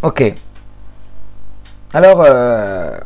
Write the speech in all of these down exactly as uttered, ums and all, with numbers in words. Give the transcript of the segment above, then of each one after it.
Ok. Alors, euh,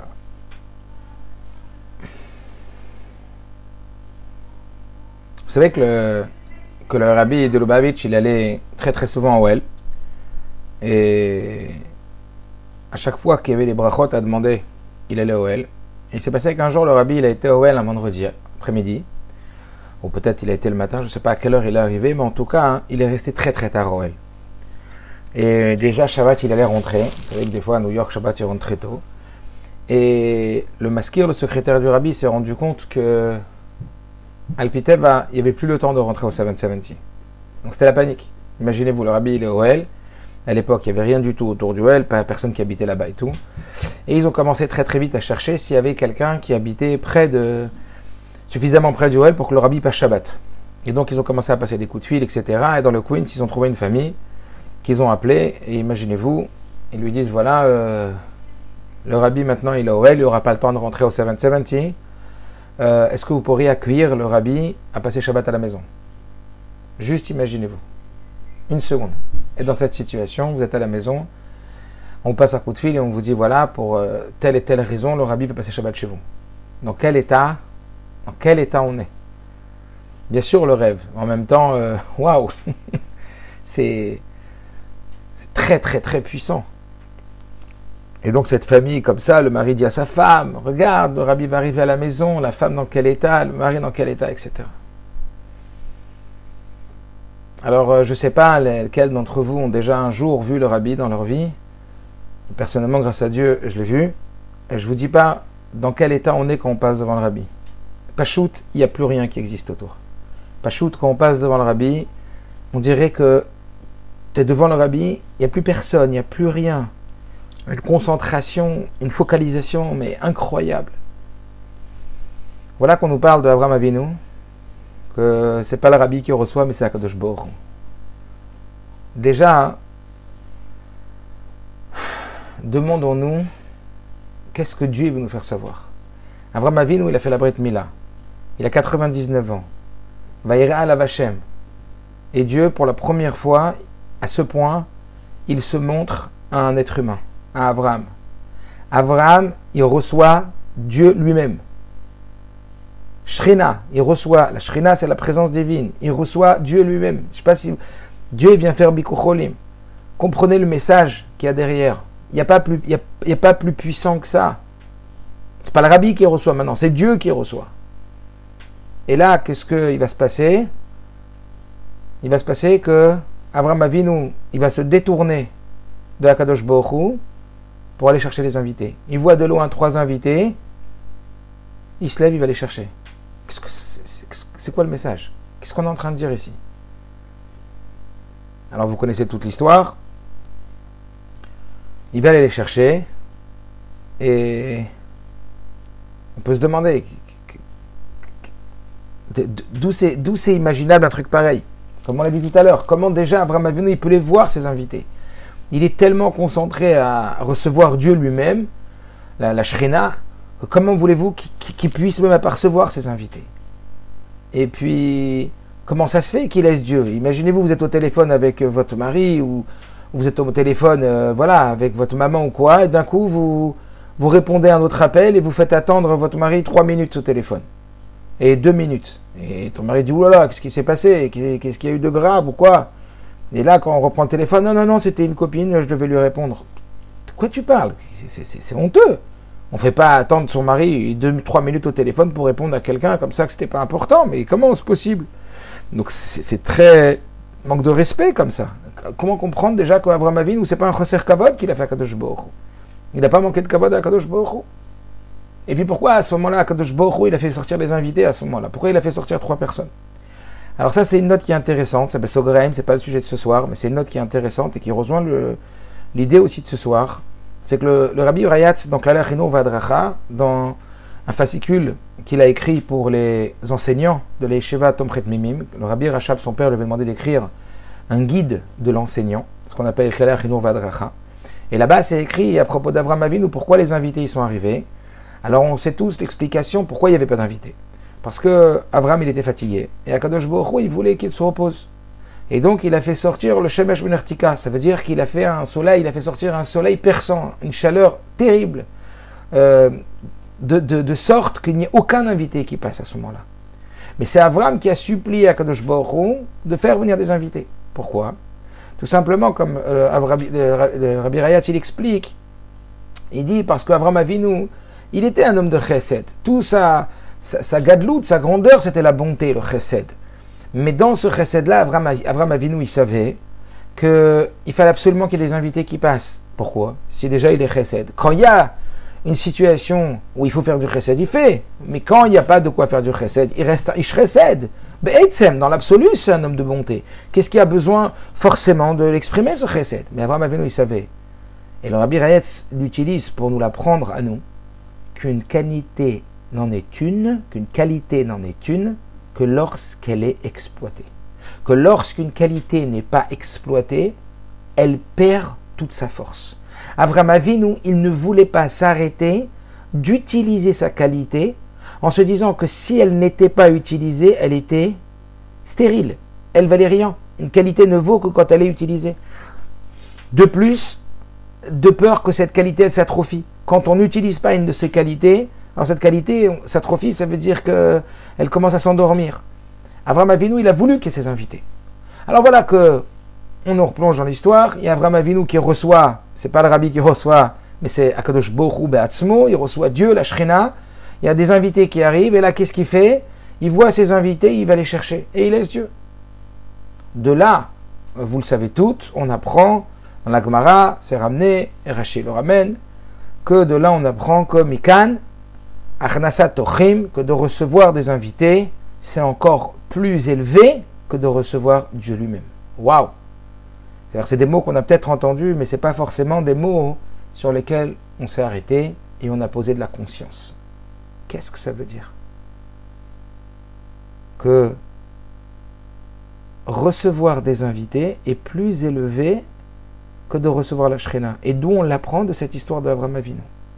vous savez que le, que le rabbi de Lubavitch, il allait très très souvent à Ohel. Et à chaque fois qu'il y avait des brachot à demander, il allait à Ohel. Et il s'est passé qu'un jour, le rabbi, il a été à Ohel un vendredi après-midi. Ou peut-être il a été le matin, je ne sais pas à quelle heure il est arrivé, mais en tout cas, hein, il est resté très très tard à Ohel. Et déjà, Shabbat, il allait rentrer. Vous savez que des fois, à New York, Shabbat, il rentre très tôt. Et le maskir, le secrétaire du rabbi, s'est rendu compte que Alpitev, il n'y avait plus le temps de rentrer au sept cent soixante. Donc c'était la panique. Imaginez-vous, le rabbi, il est au Ohel. À l'époque, il n'y avait rien du tout autour du Ohel, pas personne qui habitait là-bas et tout. Et ils ont commencé très très vite à chercher s'il y avait quelqu'un qui habitait près de, suffisamment près du Ohel pour que le rabbi passe Shabbat. Et donc, ils ont commencé à passer des coups de fil, et cetera. Et dans le Queens, ils ont trouvé une famille qu'ils ont appelée. Et imaginez-vous, ils lui disent, voilà, euh, le rabbi maintenant, il est au Ohel, il n'aura pas le temps de rentrer au sept cent soixante. Euh, est-ce que vous pourriez accueillir le rabbi à passer Shabbat à la maison? Juste imaginez-vous. Une seconde. Et dans cette situation, vous êtes à la maison, on passe un coup de fil et on vous dit, voilà, pour euh, telle et telle raison, le rabbi va passer Shabbat chez vous. Dans quel état, dans quel état on est? Bien sûr, le rêve. En même temps, euh, waouh, c'est, c'est très, très, très puissant. Et donc, cette famille, comme ça, le mari dit à sa femme, regarde, le rabbi va arriver à la maison, la femme dans quel état, le mari dans quel état, et cetera. Alors, je ne sais pas lesquels d'entre vous ont déjà un jour vu le rabbi dans leur vie. Personnellement, grâce à Dieu, je l'ai vu. Et je ne vous dis pas dans quel état on est quand on passe devant le rabbi. Pachout, il n'y a plus rien qui existe autour. Pachout, quand on passe devant le rabbi, on dirait que tu es devant le rabbi, il n'y a plus personne, il n'y a plus rien. Une concentration, une focalisation, mais incroyable. Voilà qu'on nous parle de Avraham Avinu, que c'est pas le rabbi qui reçoit, mais c'est Akadosh Baruch Hu. Déjà, hein, demandons-nous qu'est-ce que Dieu veut nous faire savoir. Avraham Avinu, il a fait la Brit Mila. Il a quatre-vingt-dix-neuf ans. Vayira alav Hashem. Et Dieu, pour la première fois, à ce point, il se montre à un être humain, à Abraham. Abraham, il reçoit Dieu lui-même. Shrina, il reçoit, la Shrina c'est la présence divine, il reçoit Dieu lui-même. Je ne sais pas si Dieu vient faire Bikucholim. Comprenez le message qu'il y a derrière. Il n'y a, a, a pas plus puissant que ça. Ce n'est pas le rabbi qui reçoit maintenant, c'est Dieu qui reçoit. Et là, qu'est-ce qu'il va se passer? Il va se passer que Avraham Avinu, il va se détourner de Akadosh Baruch Hu pour aller chercher les invités. Il voit de loin trois invités, il se lève, il va les chercher. Qu'est-ce que c'est, c'est, c'est quoi le message? Qu'est-ce qu'on est en train de dire ici? Alors vous connaissez toute l'histoire. Il va aller les chercher et on peut se demander d'où c'est, d'où c'est imaginable un truc pareil. Comme on l'a dit tout à l'heure, comment déjà Avraham Avinu il peut les voir ses invités? Il est tellement concentré à recevoir Dieu lui-même, la, la Shrina, que comment voulez-vous qu'il, qu'il puisse même apercevoir ses invités? Et puis, comment ça se fait qu'il laisse Dieu? Imaginez-vous, vous êtes au téléphone avec votre mari, ou vous êtes au téléphone euh, voilà, avec votre maman ou quoi, et d'un coup, vous, vous répondez à un autre appel et vous faites attendre votre mari trois minutes au téléphone. Et deux minutes. Et ton mari dit, oulala, qu'est-ce qui s'est passé? Qu'est-ce qu'il y a eu de grave ou quoi? Et là, quand on reprend le téléphone, non, non, non, c'était une copine, je devais lui répondre. De quoi tu parles? c'est, c'est, c'est honteux. On ne fait pas attendre son mari deux, trois minutes au téléphone pour répondre à quelqu'un comme ça que c'était pas important. Mais comment c'est possible? Donc c'est, c'est très manque de respect comme ça. Comment comprendre déjà qu'Avraham Avinu, c'est pas un chosser kavod qu'il a fait à Kadosh Baruch Hu? Il n'a pas manqué de kavod à Kadosh Baruch Hu. Et puis pourquoi à ce moment-là, Kadosh Baruch Hu, il a fait sortir les invités à ce moment-là? Pourquoi il a fait sortir trois personnes? Alors ça, c'est une note qui est intéressante. Ça s'appelle Sograim, c'est pas le sujet de ce soir, mais c'est une note qui est intéressante et qui rejoint le, l'idée aussi de ce soir. C'est que le, le Rabbi Rayatz, donc l'Ala Chino Vadracha, dans un fascicule qu'il a écrit pour les enseignants de l'Yeshiva Tomchet Mimim, le Rabbi Rachab, son père, lui avait demandé d'écrire un guide de l'enseignant, ce qu'on appelle l'Ala Chino Vadracha. Et là-bas, c'est écrit à propos d'Avraham Avinu pourquoi les invités y sont arrivés. Alors on sait tous l'explication pourquoi il n'y avait pas d'invités. Parce que Avraham, il était fatigué. Et Akadosh Baruch Hu, il voulait qu'il se repose. Et donc il a fait sortir le Shemesh Ben Ertika, ça veut dire qu'il a fait un soleil, il a fait sortir un soleil perçant, une chaleur terrible, euh, de, de, de sorte qu'il n'y ait aucun invité qui passe à ce moment-là. Mais c'est Avram qui a supplié à Kadosh Baruch Hu de faire venir des invités. Pourquoi? Tout simplement, comme euh, Avram, le, le Rabbi Rayatz il explique, il dit parce qu'Avram Avinu, il était un homme de chesed. Tout sa, sa, sa gadlout, sa grandeur, c'était la bonté, le chesed. Mais dans ce chesed-là, Avram, Avram Avinu, il savait qu'il fallait absolument qu'il y ait des invités qui passent. Pourquoi? Si déjà il est chesed. Quand il y a une situation où il faut faire du chesed, il fait. Mais quand il n'y a pas de quoi faire du chesed, il reste ish chesed. Be'etzem, dans l'absolu, c'est un homme de bonté. Qu'est-ce qui a besoin forcément de l'exprimer, ce chesed? Mais Avram Avinu, il savait. Et le Rabbi Rayatz l'utilise pour nous l'apprendre à nous, qu'une qualité n'en est une, qu'une qualité n'en est une, que lorsqu'elle est exploitée. Que lorsqu'une qualité n'est pas exploitée, elle perd toute sa force. Avram Avinu, il ne voulait pas s'arrêter d'utiliser sa qualité en se disant que si elle n'était pas utilisée, elle était stérile. Elle valait rien. Une qualité ne vaut que quand elle est utilisée. De plus, de peur que cette qualité elle s'atrophie. Quand on n'utilise pas une de ces qualités, alors cette qualité s'atrophie, ça veut dire qu'elle commence à s'endormir. Avram Avinu, il a voulu qu'il y ait ses invités. Alors voilà que on nous replonge dans l'histoire. Il y a Avram Avinu qui reçoit, c'est pas le Rabbi qui reçoit, mais c'est Akadosh Baruch Hu Be'atzmo, il reçoit Dieu, la Shrina. Il y a des invités qui arrivent, et là, qu'est-ce qu'il fait? Il voit ses invités, il va les chercher, et il laisse Dieu. De là, vous le savez toutes, on apprend, dans la Gemara, c'est ramené, et Rachid le ramène, que de là, on apprend que Mikan, Achnasat Tochim, que de recevoir des invités, c'est encore plus élevé que de recevoir Dieu lui-même. Waouh! C'est-à-dire, c'est des mots qu'on a peut-être entendus, mais ce n'est pas forcément des mots sur lesquels on s'est arrêté et on a posé de la conscience. Qu'est-ce que ça veut dire? Que recevoir des invités est plus élevé que de recevoir la Shrina. Et d'où on l'apprend de cette histoire d'Avram Avinu.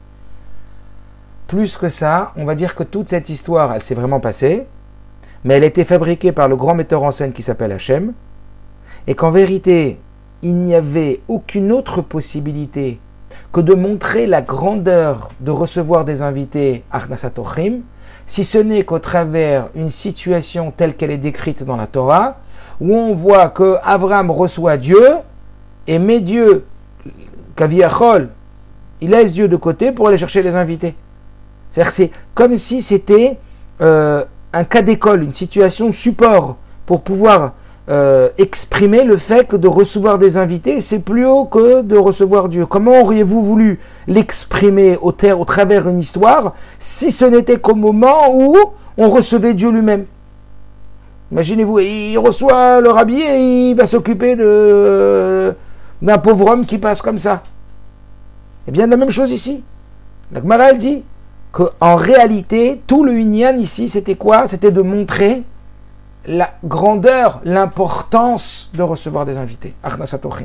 Plus que ça, on va dire que toute cette histoire, elle s'est vraiment passée, mais elle a été fabriquée par le grand metteur en scène qui s'appelle Hachem, et qu'en vérité, il n'y avait aucune autre possibilité que de montrer la grandeur de recevoir des invités Achnasat Tochim, si ce n'est qu'au travers une situation telle qu'elle est décrite dans la Torah, où on voit que Avram reçoit Dieu et met Dieu, Kaviyachol, il laisse Dieu de côté pour aller chercher les invités. C'est-à-dire que c'est comme si c'était euh, un cas d'école, une situation support pour pouvoir Euh, exprimer le fait que de recevoir des invités, c'est plus haut que de recevoir Dieu. Comment auriez-vous voulu l'exprimer au, ter- au travers d'une histoire si ce n'était qu'au moment où on recevait Dieu lui-même? Imaginez-vous, il reçoit le rabbi et il va s'occuper de, d'un pauvre homme qui passe comme ça. Eh bien, la même chose ici. La Gemara, elle dit qu'en réalité, tout le Inyan ici, c'était quoi? C'était de montrer la grandeur, l'importance de recevoir des invités. Achnasat Tochim.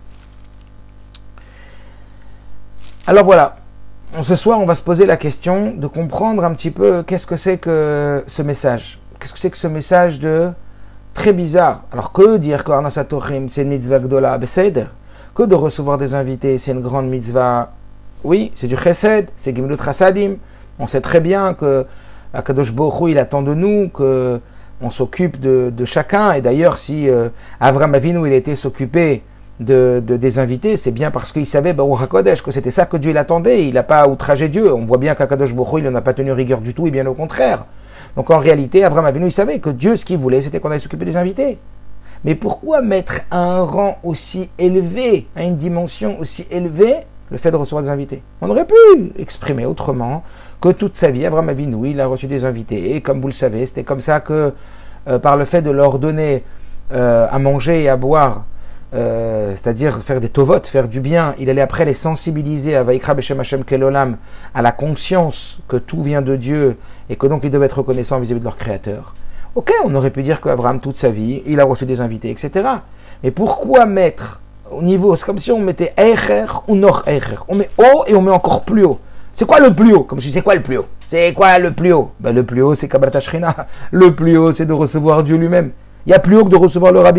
Alors voilà, ce soir on va se poser la question de comprendre un petit peu qu'est-ce que c'est que ce message. Qu'est-ce que c'est que ce message de très bizarre. Alors que dire que Achnasat Tochim c'est une mitzvah gdola beseder? Que de recevoir des invités c'est une grande mitzvah? Oui, c'est du chesed, c'est gimilut chasadim. On sait très bien que Akadosh Baruch Hu il attend de nous que on s'occupe de, de chacun, et d'ailleurs si euh, Avram Avinu il était s'occuper de, de, des invités, c'est bien parce qu'il savait Baruch HaKodesh, que c'était ça que Dieu l'attendait, il n'a pas outragé Dieu. On voit bien qu'Akadosh Baruch Hu il n'en a pas tenu rigueur du tout, et bien au contraire. Donc en réalité, Avram Avinu il savait que Dieu ce qu'il voulait c'était qu'on allait s'occuper des invités. Mais pourquoi mettre à un rang aussi élevé, à une dimension aussi élevée, le fait de recevoir des invités? On aurait pu exprimer autrement que toute sa vie, Avram Avinu, il a reçu des invités. Et comme vous le savez, c'était comme ça que, euh, par le fait de leur donner euh, à manger et à boire, euh, c'est-à-dire faire des tovot, faire du bien, il allait après les sensibiliser à Vaikra Beshem Hashem Kelolam, à la conscience que tout vient de Dieu et que donc ils devaient être reconnaissants vis-à-vis de leur Créateur. Ok, on aurait pu dire qu'Abraham, toute sa vie, il a reçu des invités, et cetera. Mais pourquoi mettre au niveau, c'est comme si on mettait Eicher ou Noch Eicher. On met haut et on met encore plus haut. C'est quoi le plus haut? Comme je dis, c'est quoi le plus haut? C'est quoi le plus haut? Ben, le plus haut, c'est Kabbalat Shrina. Le plus haut, c'est de recevoir Dieu lui-même. Il y a plus haut que de recevoir le Rabbi?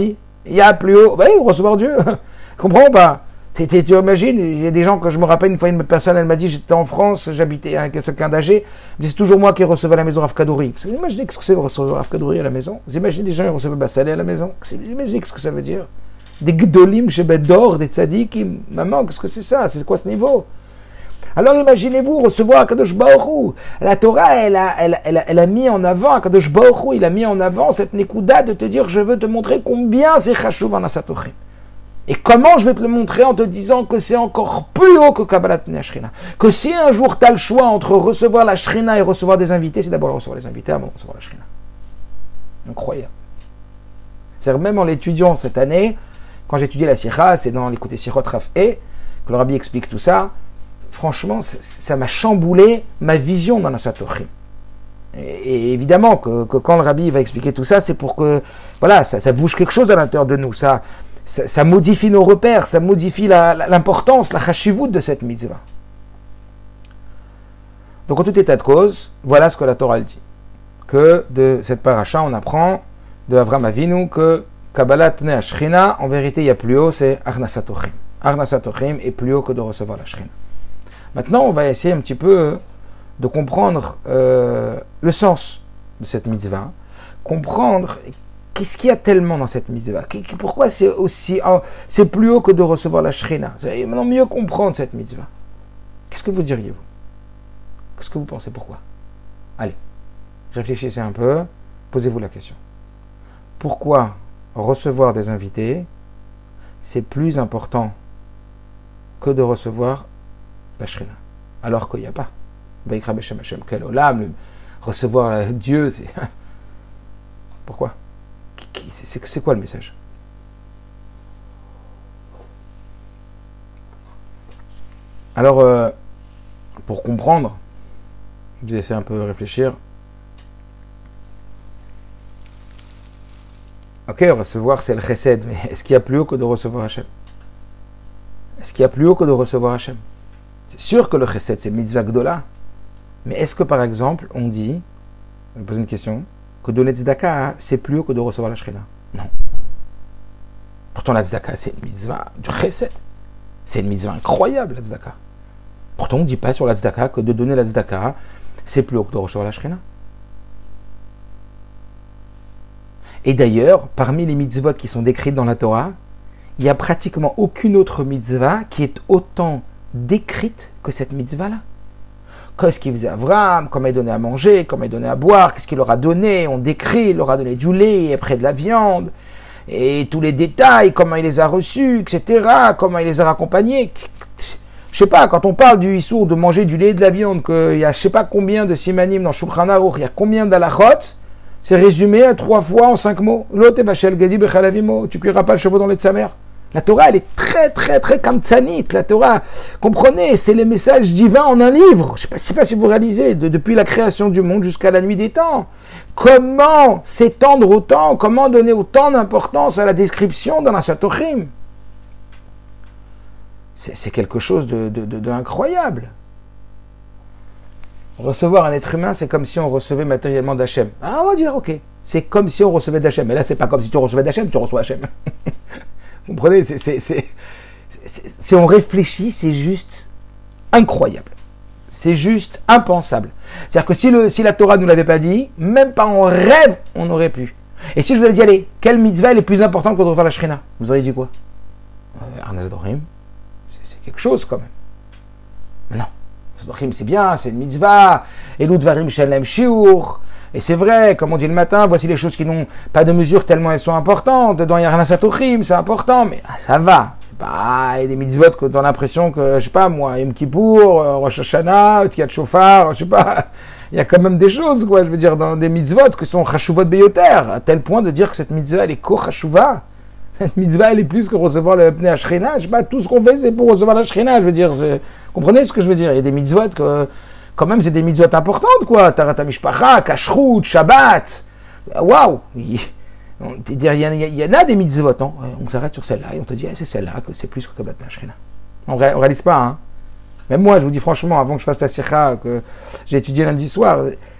Il y a plus haut. Ben oui, recevoir Dieu. Comprends pas? Tu imagines, il y a des gens que je me rappelle, une fois une personne, elle m'a dit, j'étais en France, j'habitais avec quelqu'un d'âgé, c'est toujours moi qui recevais à la maison Rav Kadouri. Parce que vous imaginez ce que c'est recevoir Rav Kadouri à la maison? Vous imaginez des gens qui recevaient Bassalé à la maison? Vous imaginez ce que ça veut dire? Des Gdolim chez Bedor, des Tzadikim. Maman, qu'est-ce que c'est ça? C'est quoi ce niveau? Alors imaginez-vous recevoir Kadosh Baruch Hu. La Torah, elle a, elle, elle, elle a mis en avant, Kadosh Baruch Hu, il a mis en avant cette Nekuda de te dire, je veux te montrer combien c'est Chashuv en Asatochim. Et comment je vais te le montrer en te disant que c'est encore plus haut que Kabbalat Pnei Shrina. Que si un jour tu as le choix entre recevoir la Shrina et recevoir des invités, c'est d'abord recevoir les invités avant de recevoir la Shrina. Incroyable. C'est-à-dire même en l'étudiant cette année, quand j'ai étudié la Sikha, c'est dans l'écouter Sichot Raf E, que le Rabbi explique tout ça, franchement, ça m'a chamboulé ma vision dans la Satochim. Et, et évidemment que, que quand le Rabbi va expliquer tout ça, c'est pour que, voilà, ça, ça bouge quelque chose à l'intérieur de nous, ça... Ça, ça modifie nos repères, ça modifie la, la, l'importance, la chashivut de cette mitzvah. Donc en tout état de cause, voilà ce que la Torah dit. Que de cette paracha, on apprend de Avram Avinu que Kabbalat Pnei Shrina, en vérité, il y a plus haut, c'est Arnasatochim. Arnasatochim est plus haut que de recevoir la Shrina. Maintenant, on va essayer un petit peu de comprendre euh, le sens de cette mitzvah, comprendre qu'est-ce qu'il y a tellement dans cette mitzvah? Pourquoi c'est aussi, c'est plus haut que de recevoir la Shrina? Maintenant, mieux comprendre cette mitzvah. Qu'est-ce que vous diriez, vous? Qu'est-ce que vous pensez? Pourquoi? Allez, réfléchissez un peu, posez-vous la question. Pourquoi recevoir des invités, c'est plus important que de recevoir la Shrina? Alors qu'il n'y a pas. Vaikra Beshem Hashem Kel Olam, recevoir Dieu, c'est... Pourquoi? C'est, c'est quoi le message? Alors, euh, pour comprendre, je vais essayer un peu de réfléchir. Ok, recevoir, c'est le chesed, mais est-ce qu'il y a plus haut que de recevoir Hachem? Est-ce qu'il y a plus haut que de recevoir Hachem? C'est sûr que le chesed, c'est mitzvah gdola, mais est-ce que, par exemple, on dit, je vais poser une question, que donner tzedaka, hein, c'est plus haut que de recevoir la Shrina? Non. Pourtant, la tzedaka, c'est une mitzvah du chesed. C'est une mitzvah incroyable, la tzedaka. Pourtant, on ne dit pas sur la tzedaka que de donner la tzedaka, c'est plus haut que de recevoir la Shrina. Et d'ailleurs, parmi les mitzvot qui sont décrites dans la Torah, il n'y a pratiquement aucune autre mitzvah qui est autant décrite que cette mitzvah-là. Qu'est-ce qu'il faisait Avram, comment il donnait à manger, comment il donnait à boire, qu'est-ce qu'il leur a donné, on décrit, il leur a donné du lait et après de la viande, et tous les détails, comment il les a reçus, et cetera, comment il les a raccompagnés. Je sais pas, quand on parle du issour de manger du lait et de la viande, qu'il y a je sais pas combien de simanim dans Shulchan Aruch, il y a combien d'alachot, c'est résumé à trois fois en cinq mots. L'autre est Bachel Gadi Bechalavimo, tu cuiras pas le chevaux dans le lait de sa mère. La Torah, elle est très, très, très kamtsanit. La Torah, comprenez, c'est les messages divins en un livre. Je ne sais pas si vous réalisez, de, depuis la création du monde jusqu'à la nuit des temps. Comment s'étendre autant? Comment donner autant d'importance à la description dans la Satochim? C'est, c'est quelque chose de, de, de, de incroyable. Recevoir un être humain, c'est comme si on recevait matériellement d'Hachem. Ah, on va dire, ok. C'est comme si on recevait d'Hachem. Mais là, c'est pas comme si tu recevais d'Hachem, tu reçois Hachem. Vous comprenez, c'est, c'est, c'est, c'est, si on réfléchit, c'est juste incroyable. C'est juste impensable. C'est-à-dire que si, le, si la Torah ne nous l'avait pas dit, même pas en rêve, on aurait pu. Et si je vous avais dit, allez, quelle mitzvah est le plus important que de refaire la Shrina? Vous auriez dit quoi? euh, Arnas Dorim, c'est, c'est quelque chose quand même. Mais non, Arnas Dorim c'est bien, c'est une mitzvah. Elou Dvarim Shalem Shiur. Et c'est vrai, comme on dit le matin, voici les choses qui n'ont pas de mesure tellement elles sont importantes. Dedans, il y a Arnas Atochim, c'est important, mais ah, ça va. C'est pas il y a des mitzvot que tu as l'impression que, je sais pas moi, Yom Kippour, Rosh Hashanah, Tiyat Shofar, je sais pas. Il y a quand même des choses, quoi, je veux dire, dans des mitzvot qui sont chashuvot beyoter, à tel point de dire que cette mitzvah, elle est ko-chashuva. Cette mitzvah, elle est plus que recevoir le Pnei Shrina. Je sais pas, tout ce qu'on fait, c'est pour recevoir la Shrina, je veux dire. Je... Comprenez ce que je veux dire? Il y a des mitzvot que... Quand même, c'est des mitzvot importantes, quoi. Tarata Mishpacha, Kashrut, Shabbat. Waouh! Il y en a des mitzvot, non? On s'arrête sur celle-là et on te dit, eh, c'est celle-là que c'est plus que Kabbalat Shrina. On ne réalise pas, hein. Même moi, je vous dis franchement, avant que je fasse la sikha, que j'ai étudié lundi soir,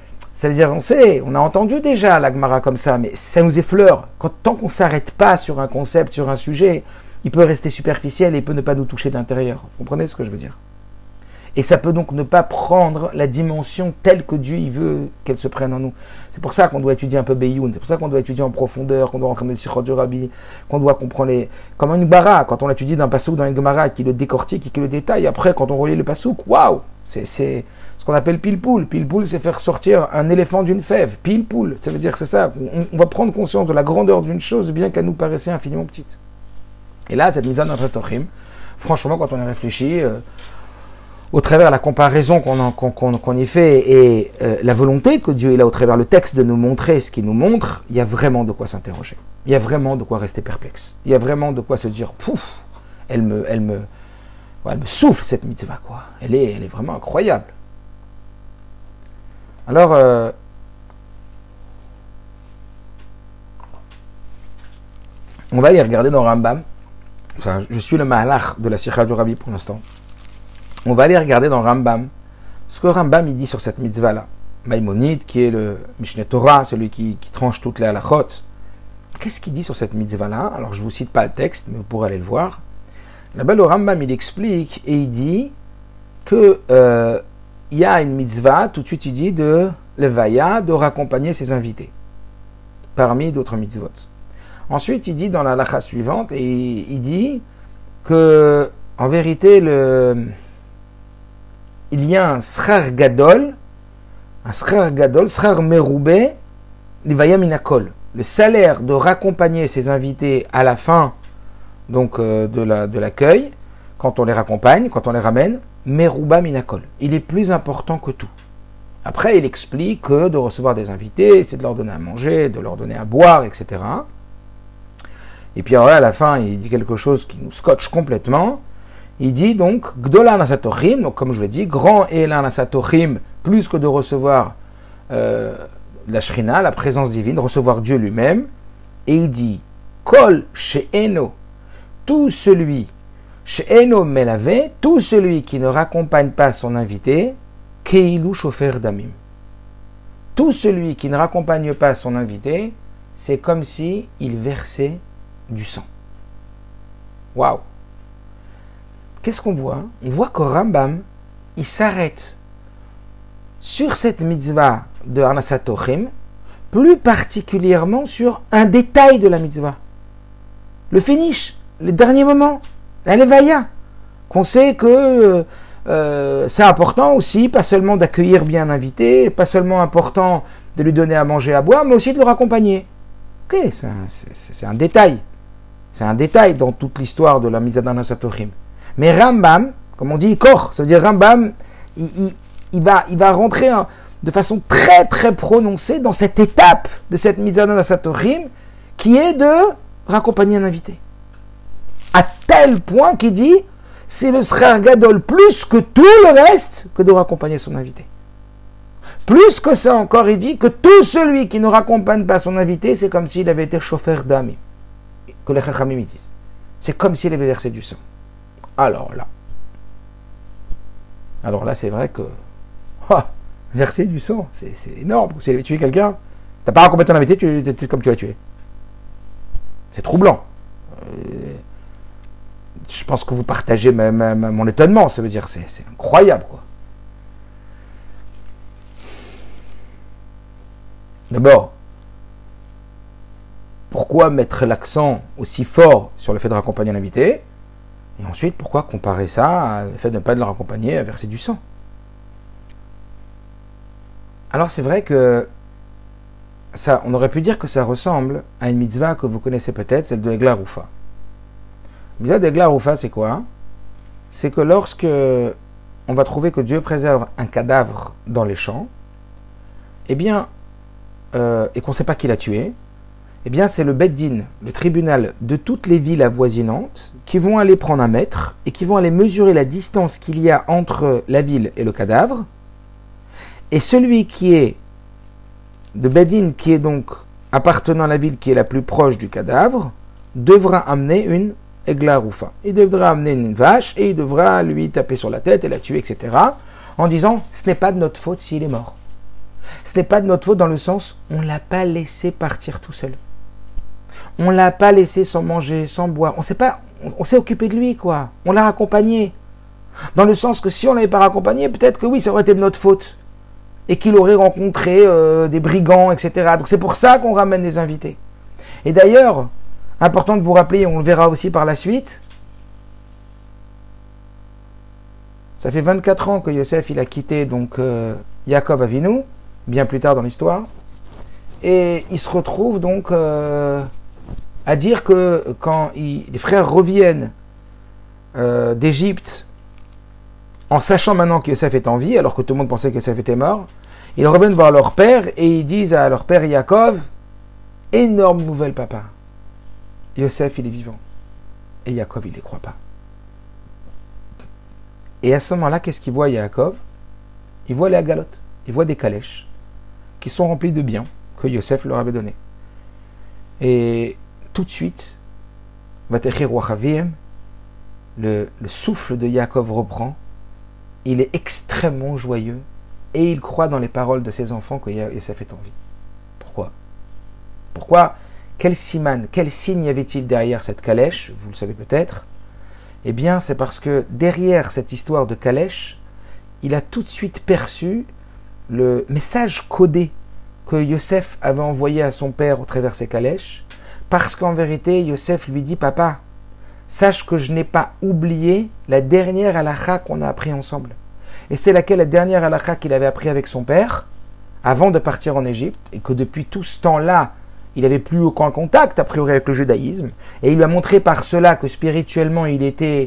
Ça veut dire, on sait, on a entendu déjà la Gemara comme ça, mais ça nous effleure. Quand, tant qu'on ne s'arrête pas sur un concept, sur un sujet, il peut rester superficiel et il peut ne pas nous toucher de l'intérieur. Vous comprenez ce que je veux dire? Et ça peut donc ne pas prendre la dimension telle que Dieu il veut qu'elle se prenne en nous. C'est pour ça qu'on doit étudier un peu Beyoun, c'est pour ça qu'on doit étudier en profondeur, qu'on doit rentrer dans le Sichot du Rabbi, qu'on doit comprendre les... Comme une bara, quand on étudie d'un pasouk dans une Gemara qui le décortique et qui le détaille, après quand on relit le pasouk, waouh, c'est, c'est ce qu'on appelle pile-poule. Pile-poule, c'est faire sortir un éléphant d'une fève. Pile-poule, ça veut dire que c'est ça. On, on va prendre conscience de la grandeur d'une chose, bien qu'elle nous paraissait infiniment petite. Et là, cette mise en Tochim, franchement, quand on y réfléchit, euh, au travers la comparaison qu'on, en, qu'on, qu'on, qu'on y fait et euh, la volonté que Dieu il a au travers le texte de nous montrer ce qu'il nous montre, il y a vraiment de quoi s'interroger. Il y a vraiment de quoi rester perplexe. Il y a vraiment de quoi se dire, pouf, elle me, elle me, ouais, elle me souffle cette mitzvah, quoi. Elle est, elle est vraiment incroyable. Alors, euh, on va aller regarder dans Rambam. Enfin, je suis le mahalach de la Sikha du Rabbi pour l'instant. On va aller regarder dans Rambam ce que Rambam il dit sur cette mitzvah-là. Maïmonide, qui est le Mishneh Torah, celui qui, qui tranche toutes les halachot. Qu'est-ce qu'il dit sur cette mitzvah-là? Alors, je ne vous cite pas le texte, mais vous pourrez aller le voir. Là-bas, le Rambam, il explique et il dit que euh, il y a une mitzvah, tout de suite il dit, de levaya, de raccompagner ses invités, parmi d'autres mitzvot. Ensuite, il dit dans la halakha suivante, et il dit que, en vérité, le... il y a un schar gadol, un schar gadol, schar meroubé, levaya minakol, le salaire de raccompagner ses invités à la fin donc euh, de, la, de l'accueil, quand on les raccompagne, quand on les ramène, merouba minakol. Il est plus important que tout. Après, il explique que de recevoir des invités, c'est de leur donner à manger, de leur donner à boire, et cetera. Et puis alors là, à la fin, il dit quelque chose qui nous scotche complètement. Il dit donc, Gdola Nasatochim, donc comme je l'ai dit, grand Ela Nasatochim, plus que de recevoir euh, la Shrina, la présence divine, recevoir Dieu lui-même. Et il dit, Kol She'eno, tout celui, She'eno Melave, tout celui qui ne raccompagne pas son invité, Keilu Shofer Damim. Tout celui qui ne raccompagne pas son invité, c'est comme si il versait du sang. Waouh! Qu'est-ce qu'on voit? On voit qu'au Rambam, il s'arrête sur cette mitzvah de Anasatochim, plus particulièrement sur un détail de la mitzvah. Le finish, le dernier moment, la levaya, qu'on sait que euh, c'est important aussi, pas seulement d'accueillir bien un invité, pas seulement important de lui donner à manger, à boire, mais aussi de le raccompagner. Ok, c'est un, c'est, c'est un détail. C'est un détail dans toute l'histoire de la Mizad Anasatochim. Mais Rambam, comme on dit, Kor, ça veut dire Rambam, il, il, il, va, il va rentrer hein, de façon très très prononcée dans cette étape de cette Mizad Anasatochim qui est de raccompagner un invité. À tel point qu'il dit, c'est le Schar Gadol plus que tout le reste que de raccompagner son invité. Plus que ça encore, il dit que tout celui qui ne raccompagne pas son invité, c'est comme s'il avait été chauffeur d'âme. Que les Chachamim disent. C'est comme s'il avait versé du sang. Alors là. Alors là, c'est vrai que. Oh, verser du sang, c'est, c'est énorme. Si tu as tué quelqu'un, tu n'as pas raccompagné ton invité, tu, tu, tu, comme tu l'as tué. C'est troublant. Euh, je pense que vous partagez ma, ma, ma, mon étonnement. Ça veut dire c'est, c'est incroyable, quoi. D'abord, pourquoi mettre l'accent aussi fort sur le fait de raccompagner un invité? Et ensuite, pourquoi comparer ça au fait de ne pas le raccompagner à verser du sang? Alors c'est vrai que ça, on aurait pu dire que ça ressemble à une mitzvah que vous connaissez peut-être, celle de Egla Rufa. La mitzvah d'Egla Rufa, c'est quoi? C'est que lorsque on va trouver que Dieu préserve un cadavre dans les champs, eh bien, euh, et qu'on ne sait pas qui l'a tué, eh bien, c'est le Beddin, le tribunal de toutes les villes avoisinantes, qui vont aller prendre un mètre et qui vont aller mesurer la distance qu'il y a entre la ville et le cadavre. Et celui qui est, le Beddin, qui est donc appartenant à la ville qui est la plus proche du cadavre, devra amener une Egla Rufa. Il devra amener une vache et il devra lui taper sur la tête et la tuer, et cetera, en disant, ce n'est pas de notre faute s'il est mort. Ce n'est pas de notre faute dans le sens, on ne l'a pas laissé partir tout seul. On ne l'a pas laissé sans manger, sans boire. On s'est pas, on, on s'est occupé de lui, quoi. On l'a raccompagné. Dans le sens que si on ne l'avait pas raccompagné, peut-être que oui, ça aurait été de notre faute. Et qu'il aurait rencontré euh, des brigands, et cetera. Donc c'est pour ça qu'on ramène des invités. Et d'ailleurs, important de vous rappeler, on le verra aussi par la suite, ça fait vingt-quatre ans que Yosef il a quitté donc euh, Yaakov Avinu, bien plus tard dans l'histoire, et il se retrouve donc euh, à dire que quand il, les frères reviennent euh, d'Égypte, en sachant maintenant que Yosef est en vie, alors que tout le monde pensait que Yosef était mort, ils reviennent voir leur père et ils disent à leur père Yaakov, énorme nouvelle papa, Yosef il est vivant, et Yaakov il ne les croit pas. Et à ce moment-là, qu'est-ce qu'il voit Yaakov? Il voit les galotes, il voit des calèches qui sont remplies de biens que Yosef leur avait donnés. Et tout de suite, Vatecher Wachavim, le, le souffle de Yaakov reprend, il est extrêmement joyeux et il croit dans les paroles de ses enfants que Yosef est en vie. Pourquoi? Pourquoi? Quel siman, quel signe y avait-il derrière cette calèche? Vous le savez peut-être. Eh bien, c'est parce que derrière cette histoire de calèche, il a tout de suite perçu le message codé que Yosef avait envoyé à son père au travers ses calèches, parce qu'en vérité, Yosef lui dit, papa, sache que je n'ai pas oublié la dernière halakha qu'on a appris ensemble. Et c'était laquelle? La dernière halakha qu'il avait appris avec son père, avant de partir en Égypte, et que depuis tout ce temps-là, il n'avait plus aucun contact, a priori, avec le judaïsme. Et il lui a montré par cela que spirituellement, il était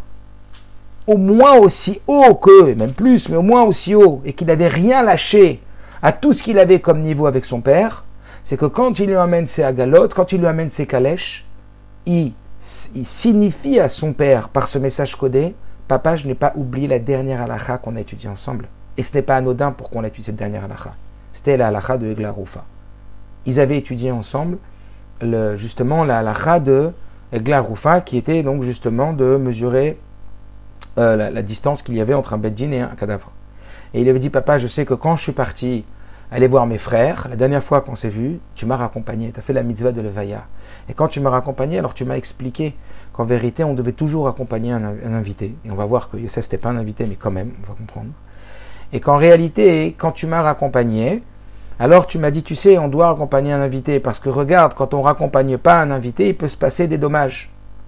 au moins aussi haut que, même plus, mais au moins aussi haut, et qu'il n'avait rien lâché à tout ce qu'il avait comme niveau avec son père. C'est que quand il lui amène ses agalotes, quand il lui amène ses calèches, il, il signifie à son père, par ce message codé, papa, je n'ai pas oublié la dernière halakha qu'on a étudiée ensemble. Et ce n'est pas anodin pour qu'on ait étudié cette dernière halakha. C'était la halakha de Egla Roufa. Ils avaient étudié ensemble le, justement la halakha de Egla Roufa, qui était donc justement de mesurer euh, la, la distance qu'il y avait entre un beddin et un cadavre. Et il avait dit, papa, je sais que quand je suis parti aller voir mes frères, la dernière fois qu'on s'est vu, tu m'as raccompagné, tu as fait la mitzvah de levaya. Et quand tu m'as raccompagné, alors tu m'as expliqué qu'en vérité, on devait toujours accompagner un, un invité. Et on va voir que Yosef, c'était pas un invité, mais quand même, on va comprendre. Et qu'en réalité, quand tu m'as raccompagné, alors tu m'as dit, tu sais, on doit accompagner un invité, parce que regarde, quand on ne raccompagne pas un invité, il peut se passer des dommages.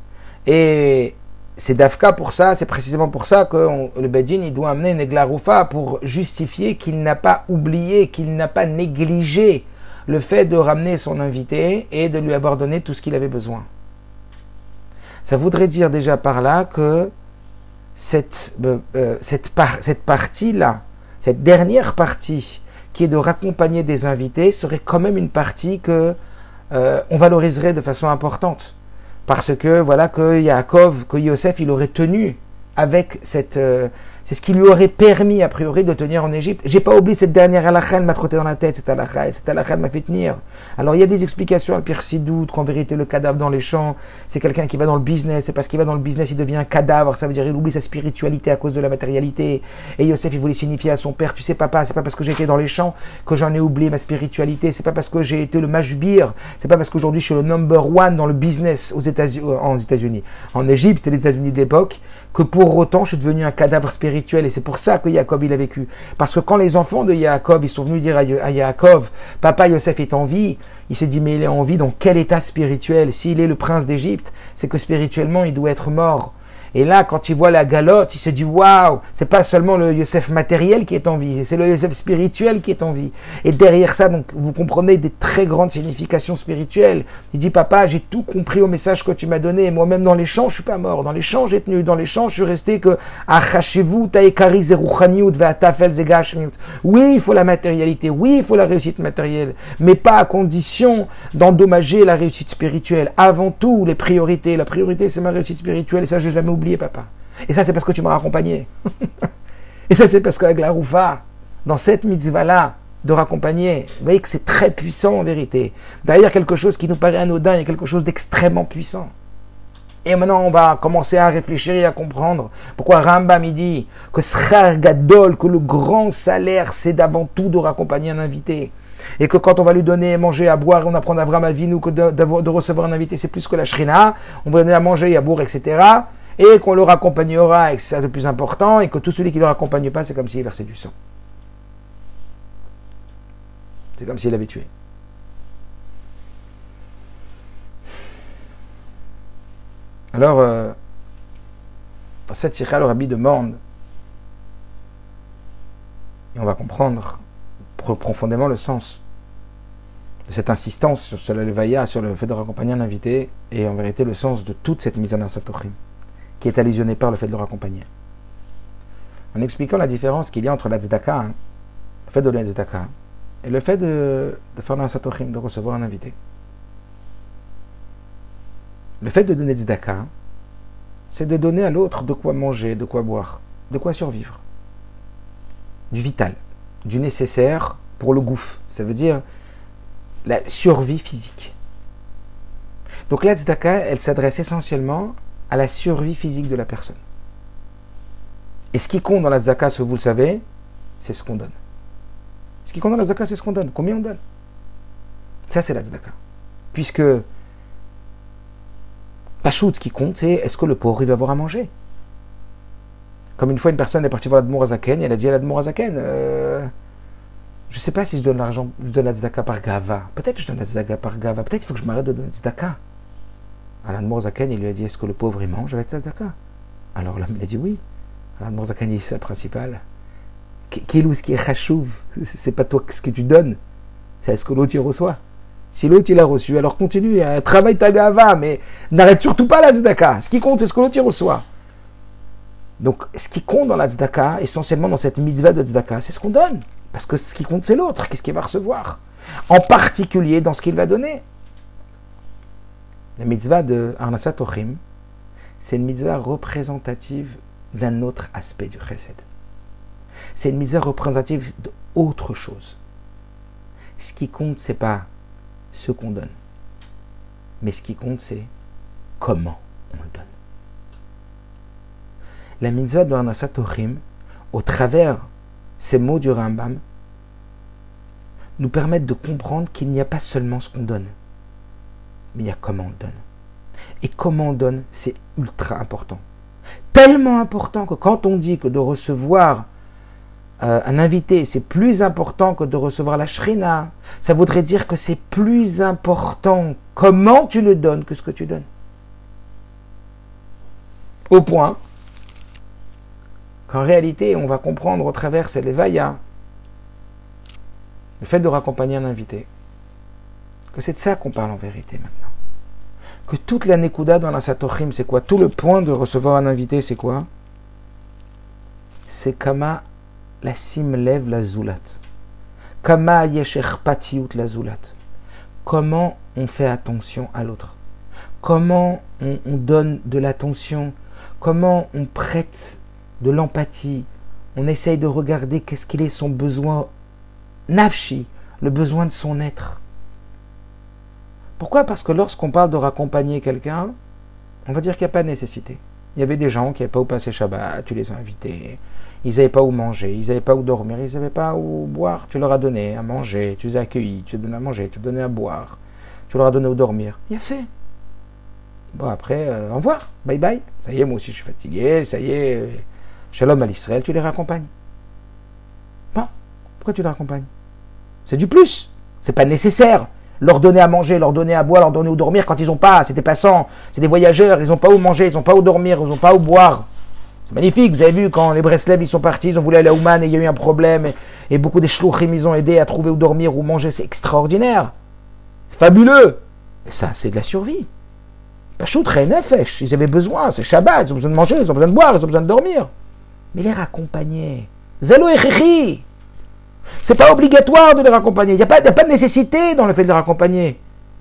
Et c'est d'Afka pour ça, c'est précisément pour ça que on, le Beddin, il doit amener une Egla Roufa pour justifier qu'il n'a pas oublié, qu'il n'a pas négligé le fait de ramener son invité et de lui avoir donné tout ce qu'il avait besoin. Ça voudrait dire déjà par là que cette, euh, cette, par, cette partie-là, cette dernière partie, qui est de raccompagner des invités, serait quand même une partie que euh, on valoriserait de façon importante. Parce que voilà que Yaakov, que Yosef, il aurait tenu avec cette... Euh, c'est ce qui lui aurait permis, a priori, de tenir en Égypte. J'ai pas oublié cette dernière halakha, elle m'a trotté dans la tête, cette halakha, et cette halakha, elle m'a fait tenir. Alors il y a des explications, le pire sidoute, qu'en vérité le cadavre dans les champs, c'est quelqu'un qui va dans le business, et parce qu'il va dans le business, il devient un cadavre, ça veut dire il oublie sa spiritualité à cause de la matérialité. Et Yosef, il voulait signifier à son père, tu sais papa, c'est pas parce que j'ai été dans les champs que j'en ai oublié ma spiritualité, c'est pas parce que j'ai été le mashbir, c'est pas parce qu'aujourd'hui je suis le number one dans le business aux États-Unis, en États-Unis, en Égypte et les États-Unis de l'époque, que pour autant je suis devenu un cadavre spirituel. Et c'est pour ça que Yaakov il a vécu. Parce que quand les enfants de Yaakov ils sont venus dire à Yaakov, papa Yosef est en vie, il s'est dit mais il est en vie dans quel état spirituel? S'il est le prince d'Égypte, c'est que spirituellement il doit être mort. Et là, quand il voit la galotte, il se dit waouh, c'est pas seulement le Yosef matériel qui est en vie, c'est le Yosef spirituel qui est en vie. Et derrière ça, donc, vous comprenez des très grandes significations spirituelles. Il dit papa, j'ai tout compris au message que tu m'as donné. Moi-même dans les champs, je suis pas mort. Dans les champs, j'ai tenu. Dans les champs, je suis resté que achashevu taekari zeruchaniut ve'atafel zegashmiut. Oui, il faut la matérialité. Oui, il faut la réussite matérielle, mais pas à condition d'endommager la réussite spirituelle. Avant tout, les priorités. La priorité, c'est ma réussite spirituelle. Et ça, je l'ai jamais oublié. Papa. Et ça, c'est parce que tu m'as raccompagné. Et ça, c'est parce qu'avec la Roufa, dans cette mitzvah-là, de raccompagner, vous voyez que c'est très puissant en vérité. Derrière quelque chose qui nous paraît anodin, il y a quelque chose d'extrêmement puissant. Et maintenant, on va commencer à réfléchir et à comprendre pourquoi Rambam il dit que Schar Gadol, que le grand salaire, c'est d'avant tout de raccompagner un invité. Et que quand on va lui donner à manger, à boire, on apprend d'Avram Avinu que de, de, de recevoir un invité, c'est plus que la shrina. On va donner à manger et à boire, et cetera. Et qu'on le raccompagnera, et que c'est ça le plus important, et que tout celui qui ne le raccompagne pas, c'est comme s'il versait du sang. C'est comme s'il l'avait tué. Alors, euh, dans cette sikha, le Rabbi demande, et on va comprendre profondément le sens de cette insistance sur, sur la levaya, sur le fait de raccompagner un invité, et en vérité le sens de toute cette mise en asatochim, qui est allusionnée par le fait de le raccompagner. En expliquant la différence qu'il y a entre la tzedaka, hein, le fait de donner la tzedaka, et le fait de, de faire un asatochim, de recevoir un invité. Le fait de donner tzedaka, c'est de donner à l'autre de quoi manger, de quoi boire, de quoi survivre. Du vital, du nécessaire pour le gouffre. Ça veut dire la survie physique. Donc la tzedaka, elle s'adresse essentiellement à la survie physique de la personne. Et ce qui compte dans la tzedaka, ce que vous le savez, c'est ce qu'on donne. Ce qui compte dans la tzedaka, c'est ce qu'on donne. Combien on donne? Ça, c'est la tzedaka. Puisque Pachout, ce qui compte, c'est est-ce que le pauvre, il va avoir à manger? Comme une fois, une personne est partie voir l'Admour Azaken, et elle a dit à l'Admour Azaken, euh, je ne sais pas si je donne l'argent, je donne la tzedaka par gava. Peut-être que je donne la tzedaka par gava. Peut-être qu'il faut que je m'arrête de donner la tzedaka. Alors l'Admour Azaken, il lui a dit, est-ce que le pauvre, il mange avec la tzedaka? Alors l'homme, il a dit oui. Alors l'Admour Azaken, il dit, c'est le principal. Quel ce qui est chachouv? C'est pas toi ce que tu donnes, c'est ce que l'autre il reçoit. Si l'autre il a reçu, alors continue, hein, travaille ta gava, mais n'arrête surtout pas la tzedaka. Ce qui compte, c'est ce que l'autre il reçoit. Donc, ce qui compte dans la tzedaka, essentiellement dans cette mitzvah de tzedaka, c'est ce qu'on donne. Parce que ce qui compte, c'est l'autre. Qu'est-ce qu'il va recevoir? En particulier dans ce qu'il va donner. La mitzvah de Arnasat Ochim, c'est une mitzvah représentative d'un autre aspect du chesed. C'est une mitzvah représentative d'autre chose. Ce qui compte, c'est pas ce qu'on donne. Mais ce qui compte, c'est comment on le donne. La mitzvah de Arnasat Ochim, au travers ces mots du Rambam, nous permettent de comprendre qu'il n'y a pas seulement ce qu'on donne, mais il y a comment on le donne. Et comment on donne, c'est ultra important. Tellement important que quand on dit que de recevoir euh, un invité, c'est plus important que de recevoir la shrina, ça voudrait dire que c'est plus important comment tu le donnes que ce que tu donnes. Au point qu'en réalité, on va comprendre au travers ces levaya, le fait de raccompagner un invité, que c'est de ça qu'on parle en vérité maintenant. Que toute la nekuda dans la satochim, c'est quoi? Tout le point de recevoir un invité, c'est quoi? C'est kama la sim lève la zoulat. Kama yesher patiout la zoulat. Comment on fait attention à l'autre? Comment on, on donne de l'attention? Comment on prête de l'empathie? On essaye de regarder qu'est-ce qu'il est son besoin nafshi, le besoin de son être. Pourquoi? Parce que lorsqu'on parle de raccompagner quelqu'un, on va dire qu'il n'y a pas de nécessité. Il y avait des gens qui n'avaient pas où passer Shabbat, tu les as invités, ils n'avaient pas où manger, ils n'avaient pas où dormir, ils n'avaient pas où boire, tu leur as donné à manger, tu les as accueillis, tu les as donné à manger, tu les as donné à boire, tu leur as donné où dormir. Il a fait. Bon après, euh, au revoir, bye bye, ça y est, moi aussi je suis fatigué, ça y est, euh, shalom à l'Israël, tu les raccompagnes. Bon, pourquoi tu les raccompagnes? C'est du plus, c'est pas nécessaire. Leur donner à manger, leur donner à boire, leur donner où dormir quand ils n'ont pas, c'est des passants, c'est des voyageurs, ils n'ont pas où manger, ils n'ont pas où dormir, ils n'ont pas où boire. C'est magnifique, vous avez vu quand les Breslev ils sont partis, ils ont voulu aller à Ouman et il y a eu un problème et, et beaucoup des shlouchim ils ont aidé à trouver où dormir, où manger, c'est extraordinaire. C'est fabuleux. Et ça, c'est de la survie. Pachout, Nefesh, ils avaient besoin, c'est Shabbat, ils ont besoin de manger, ils ont besoin de boire, ils ont besoin de dormir. Mais les raccompagner, Zelo et Chichi. C'est pas obligatoire de les raccompagner. Il n'y a, a pas de nécessité dans le fait de les raccompagner.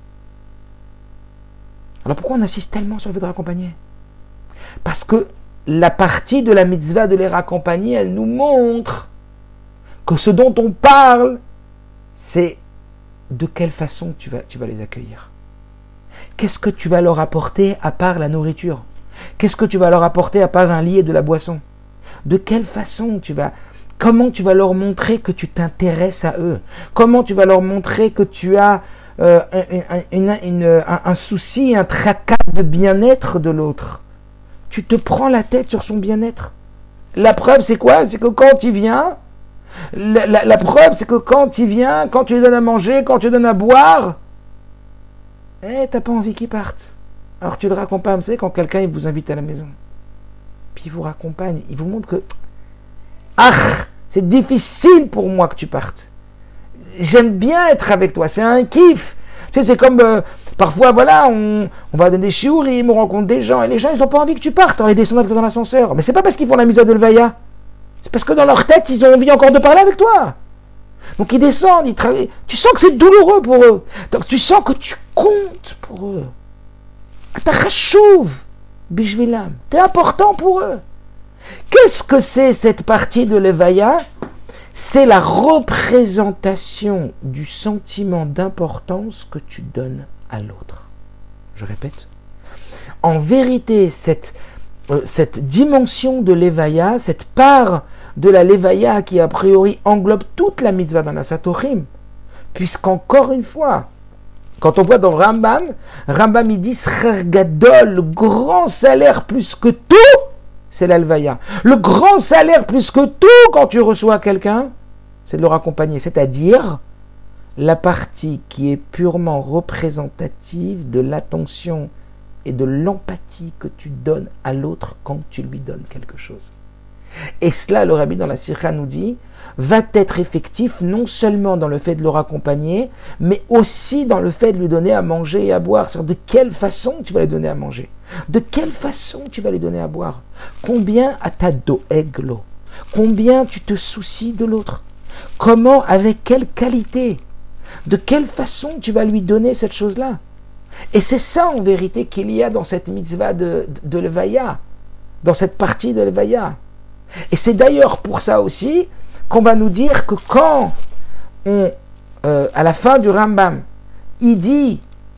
Alors pourquoi on insiste tellement sur le fait de raccompagner? Parce que la partie de la mitzvah de les raccompagner, elle nous montre que ce dont on parle, c'est de quelle façon tu vas, tu vas les accueillir. qu'est-ce que tu vas leur apporter à part la nourriture? Qu'est-ce que tu vas leur apporter à part un lit et de la boisson? De quelle façon tu vas... Comment tu vas leur montrer que tu t'intéresses à eux? Comment tu vas leur montrer que tu as euh, un, une, une, un, un souci, un tracas de bien-être de l'autre? Tu te prends la tête sur son bien-être. La preuve, c'est quoi? C'est que quand il vient, la, la, la preuve, c'est que quand il vient, quand tu lui donnes à manger, quand tu lui donnes à boire, eh, t'as pas envie qu'il parte. Alors tu le raccompagnes, vous savez, quand quelqu'un il vous invite à la maison, puis il vous raccompagne, il vous montre que ah, c'est difficile pour moi que tu partes. J'aime bien être avec toi, c'est un kiff. Tu sais, c'est comme euh, parfois, voilà, on, on va donner des shiurim, on rencontre des gens, et les gens, ils n'ont pas envie que tu partes. Alors ils descendent avec toi dans l'ascenseur. Mais c'est pas parce qu'ils font la misère de Levaya. C'est parce que dans leur tête, ils ont envie encore de parler avec toi. Donc ils descendent, ils travaillent. Tu sens que c'est douloureux pour eux. Donc tu sens que tu comptes pour eux. Atachouv, bishvilam. T'es important pour eux. Qu'est-ce que c'est cette partie de Levaya? C'est la représentation du sentiment d'importance que tu donnes à l'autre. Je répète. En vérité, cette, euh, cette dimension de Levaya, cette part de la Levaya qui a priori englobe toute la mitzvah dans la Satorim, puisqu'encore une fois, quand on voit dans Rambam, Rambam il dit Srer Gadol, le grand salaire plus que tout, c'est l'Alvaya. Le grand salaire plus que tout quand tu reçois quelqu'un, c'est de le raccompagner. C'est-à-dire la partie qui est purement représentative de l'attention et de l'empathie que tu donnes à l'autre quand tu lui donnes quelque chose. Et cela, le Rabbi dans la Sikha nous dit, va être effectif non seulement dans le fait de le raccompagner, mais aussi dans le fait de lui donner à manger et à boire. C'est-à-dire de quelle façon tu vas lui donner à manger? De quelle façon tu vas lui donner à boire? Combien à ta doeglo? Combien tu te soucies de l'autre? Comment, avec quelle qualité? De quelle façon tu vas lui donner cette chose-là? Et c'est ça en vérité qu'il y a dans cette mitzvah de, de, de Levaya, dans cette partie de Levaya. Et c'est d'ailleurs pour ça aussi qu'on va nous dire que quand on, euh, à la fin du Rambam, il dit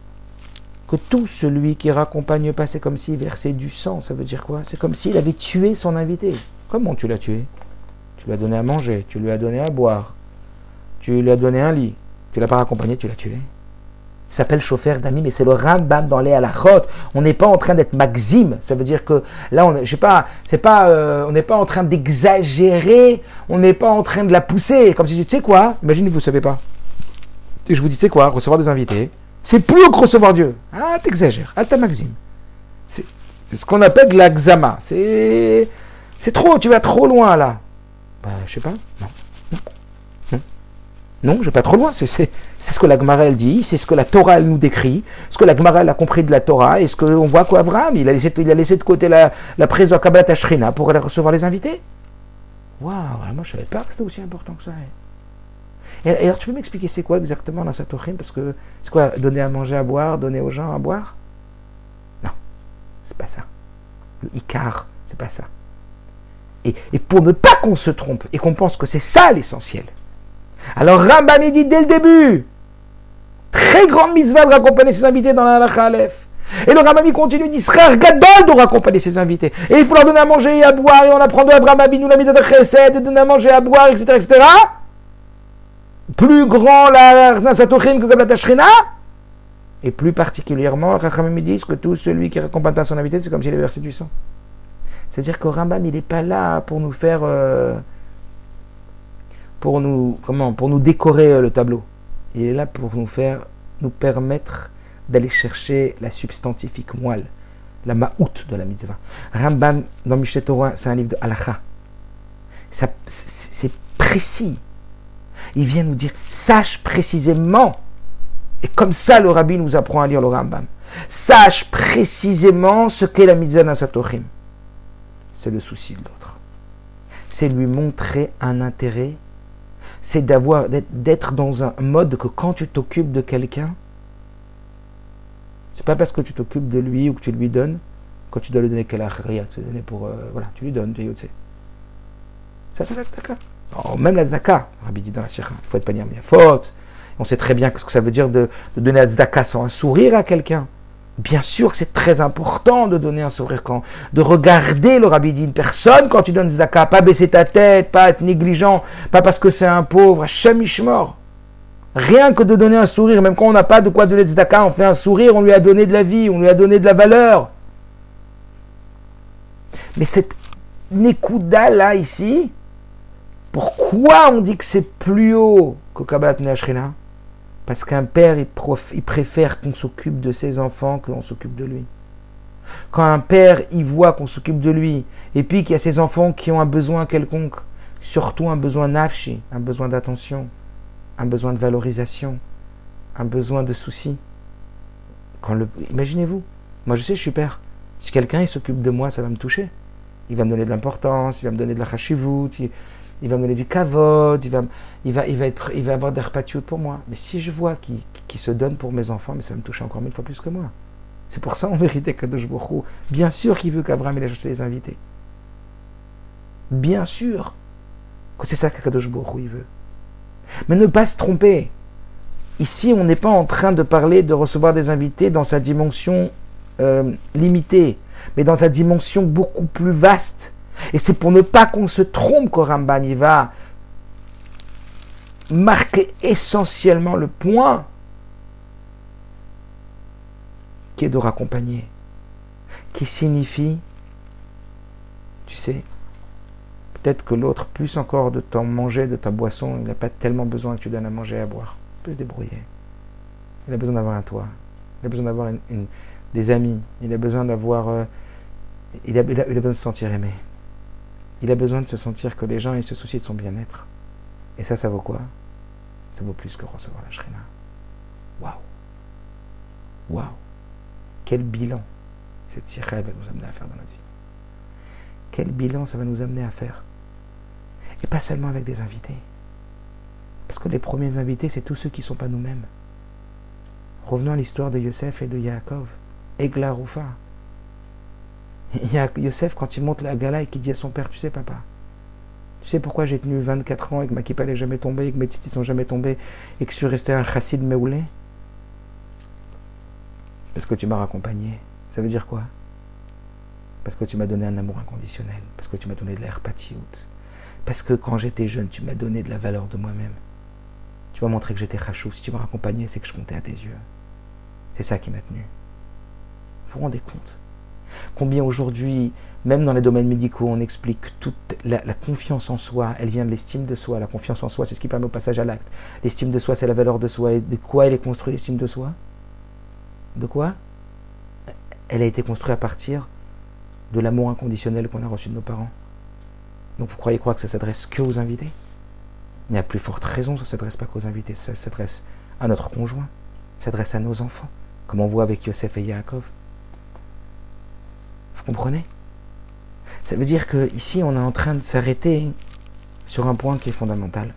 que tout celui qui raccompagne pas, c'est comme s'il versait du sang. Ça veut dire quoi? C'est comme s'il avait tué son invité. Comment tu l'as tué? Tu lui as donné à manger, tu lui as donné à boire, tu lui as donné un lit, tu l'as pas raccompagné, tu l'as tué. Ça s'appelle chauffeur d'amis, mais c'est le Rambam dans les halachot. On n'est pas en train d'être maxime. Ça veut dire que là, on, je sais pas, c'est pas, euh, on n'est pas en train d'exagérer. On n'est pas en train de la pousser. Comme si tu sais quoi? Imagine que vous ne savez pas. Et je vous dis, tu sais quoi? Recevoir des invités, c'est plus haut que recevoir Dieu. Ah, t'exagères. Ah, t'as maxime. C'est, c'est ce qu'on appelle de l'exama. C'est, c'est trop. Tu vas trop loin là. Bah, je sais pas. Non. Non, je vais pas trop loin, c'est, c'est, c'est ce que la Gemara elle dit, c'est ce que la Torah elle nous décrit, ce que la Gemara elle a compris de la Torah, et ce qu'on voit qu'Avraham, il a laissé, il a laissé de côté la, la présence Kabbalat Ashrina pour aller recevoir les invités. Waouh, moi je savais pas que c'était aussi important que ça. Et, et alors tu peux m'expliquer c'est quoi exactement la Satorim? Parce que c'est quoi, donner à manger, à boire, donner aux gens à boire? Non, c'est pas ça. Le Ikar, c'est pas ça. Et, et pour ne pas qu'on se trompe, et qu'on pense que c'est ça l'essentiel, alors Rambam il dit dès le début, très grande mitzvah de raccompagner ses invités dans la halakha Aleph. Et le Rambam il continue, il dit Srer Gadol de raccompagner ses invités. Et il faut leur donner à manger et à boire, et on apprend de Avraham Avinu la mitzvah de Chesed, de donner à manger et à boire, et cetera, et cetera. Plus grand la Satorim que Kabbalat Ashrina. Et plus particulièrement, le Rambam il dit que tout celui qui raccompagne son invité, c'est comme s'il avait versé du sang. C'est-à-dire que Rambam il n'est pas là pour nous faire... Euh, pour nous, comment, pour nous décorer le tableau. Il est là pour nous faire, nous permettre d'aller chercher la substantifique moelle, la ma'out de la mitzvah. Rambam, dans Mishneh Torah, c'est un livre de halakha. Ça, c'est, c'est précis. Il vient nous dire, sache précisément, et comme ça le rabbi nous apprend à lire le Rambam, sache précisément ce qu'est la mitzvah dans Satorim. C'est le souci de l'autre. C'est lui montrer un intérêt. C'est d'avoir, d'être, d'être dans un mode que quand tu t'occupes de quelqu'un, c'est pas parce que tu t'occupes de lui ou que tu lui donnes, quand tu dois lui donner quelle aria, tu donner pour, euh, voilà, tu lui donnes, tu sais. Ça, c'est la tzedaka. Oh, même la tzedaka, Rabbi dit dans la Sikha, il faut être panier, mais il y a faute. On sait très bien ce que ça veut dire de, de donner la tzedaka sans un sourire à quelqu'un. Bien sûr que c'est très important de donner un sourire, quand, de regarder le rabbi d'une personne quand tu donnes tzedaka, pas baisser ta tête, pas être négligent, pas parce que c'est un pauvre, Hashem Ishmor. Rien que de donner un sourire, même quand on n'a pas de quoi donner tzedaka, on fait un sourire, on lui a donné de la vie, on lui a donné de la valeur. Mais cette Nekuda là, ici, pourquoi on dit que c'est plus haut que Kabbalat Pnei Hashrina? Parce qu'un père, il, prof, il préfère qu'on s'occupe de ses enfants qu'on s'occupe de lui. Quand un père, il voit qu'on s'occupe de lui, et puis qu'il y a ses enfants qui ont un besoin quelconque, surtout un besoin nafshi, un besoin d'attention, un besoin de valorisation, un besoin de souci. Quand le, imaginez-vous, moi je sais, je suis père. Si quelqu'un il s'occupe de moi, ça va me toucher. Il va me donner de l'importance, il va me donner de la chashivut, il, il va me donner du kavod, il va, il va, il va, être, il va avoir des repatiout pour moi. Mais si je vois qu'il, qu'il se donne pour mes enfants, mais ça va me toucher encore mille fois plus que moi. C'est pour ça en vérité Kadosh Baruch Hu, bien sûr qu'il veut qu'Abraham il achète les invités. Bien sûr que c'est ça que Kadosh Baruch Hu il veut. Mais ne pas se tromper. Ici, on n'est pas en train de parler de recevoir des invités dans sa dimension euh, limitée, mais dans sa dimension beaucoup plus vaste. Et c'est pour ne pas qu'on se trompe que Rambam il va marquer essentiellement le point qui est de raccompagner, qui signifie, tu sais, peut-être que l'autre, plus encore de t'en manger, de ta boisson, il n'a pas tellement besoin que tu donnes à manger et à boire. Il peut se débrouiller. Il a besoin d'avoir un toit. Il a besoin d'avoir une, une, des amis. Il a besoin d'avoir... Euh, il, a, il, a, il a besoin de se sentir aimé. Il a besoin de se sentir que les gens ils se soucient de son bien-être. Et ça, ça vaut quoi? Ça vaut plus que recevoir la shrina. Waouh! Waouh! Quel bilan cette sikha va nous amener à faire dans notre vie. Quel bilan ça va nous amener à faire. Et pas seulement avec des invités. Parce que les premiers invités, c'est tous ceux qui ne sont pas nous-mêmes. Revenons à l'histoire de Yosef et de Yaakov. Egla Roufa. Yosef, quand il monte la gala et qu'il dit à son père, tu sais papa, tu sais pourquoi j'ai tenu vingt-quatre ans et que ma kippa n'est jamais tombée, et que mes titis sont jamais tombés, et que je suis resté un chassid meoulé? Parce que tu m'as raccompagné. Ça veut dire quoi? Parce que tu m'as donné un amour inconditionnel. Parce que tu m'as donné de l'air patiout. Parce que quand j'étais jeune, tu m'as donné de la valeur de moi-même. Tu m'as montré que j'étais chachou. Si tu m'as raccompagné, c'est que je comptais à tes yeux. C'est ça qui m'a tenu. Vous vous rendez compte? Combien aujourd'hui, même dans les domaines médicaux, on explique que toute la, la confiance en soi, elle vient de l'estime de soi. La confiance en soi, c'est ce qui permet au passage à l'acte. L'estime de soi, c'est la valeur de soi. Et de quoi elle est construite, l'estime de soi? De quoi? Elle a été construite à partir de l'amour inconditionnel qu'on a reçu de nos parents. Donc vous croyez croire que ça s'adresse que aux invités? Mais à plus forte raison, ça ne s'adresse pas qu'aux invités, ça s'adresse à notre conjoint, ça s'adresse à nos enfants, comme on voit avec Yosef et Yaakov. Vous comprenez? Ça veut dire qu'ici, on est en train de s'arrêter sur un point qui est fondamental.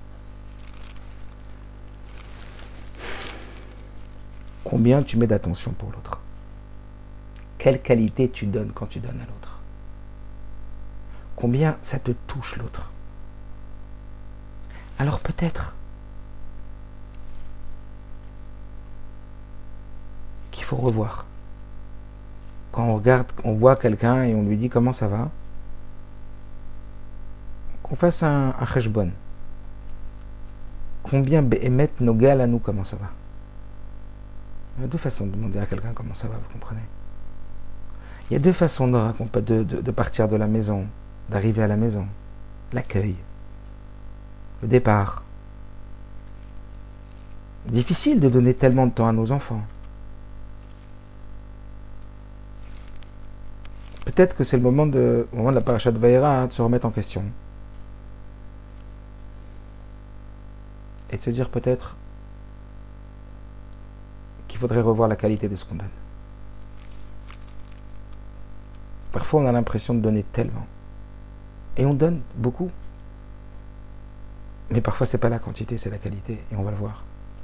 Combien tu mets d'attention pour l'autre? Quelle qualité tu donnes quand tu donnes à l'autre? Combien ça te touche l'autre? Alors peut-être qu'il faut revoir. Quand on regarde, on voit quelqu'un et on lui dit comment ça va, qu'on fasse un, un cheshbon. Combien Behemet Nogal à nous, comment ça va? Il y a deux façons de demander à quelqu'un comment ça va, vous comprenez? Il y a deux façons de, de, de, de partir de la maison, d'arriver à la maison. L'accueil, le départ. Difficile de donner tellement de temps à nos enfants. Peut-être que c'est le moment de, au moment de la parasha de Vaïra, hein, de se remettre en question. Et de se dire peut-être qu'il faudrait revoir la qualité de ce qu'on donne. Parfois, on a l'impression de donner tellement. Et on donne beaucoup. Mais parfois, ce n'est pas la quantité, c'est la qualité. Et on va le voir.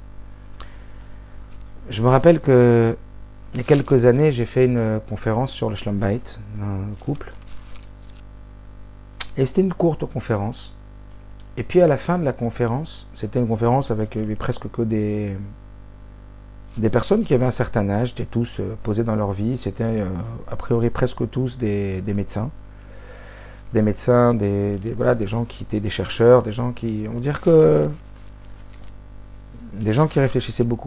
Je me rappelle que il y a quelques années, j'ai fait une conférence sur le Shalom Bayit d'un couple. Et c'était une courte conférence. Et puis à la fin de la conférence, c'était une conférence avec presque que des, des personnes qui avaient un certain âge, étaient tous euh, posés dans leur vie, c'était euh, a priori presque tous des, des médecins. Des médecins, des, des, voilà, des gens qui étaient des chercheurs, des gens qui, on va dire que, des gens qui réfléchissaient beaucoup.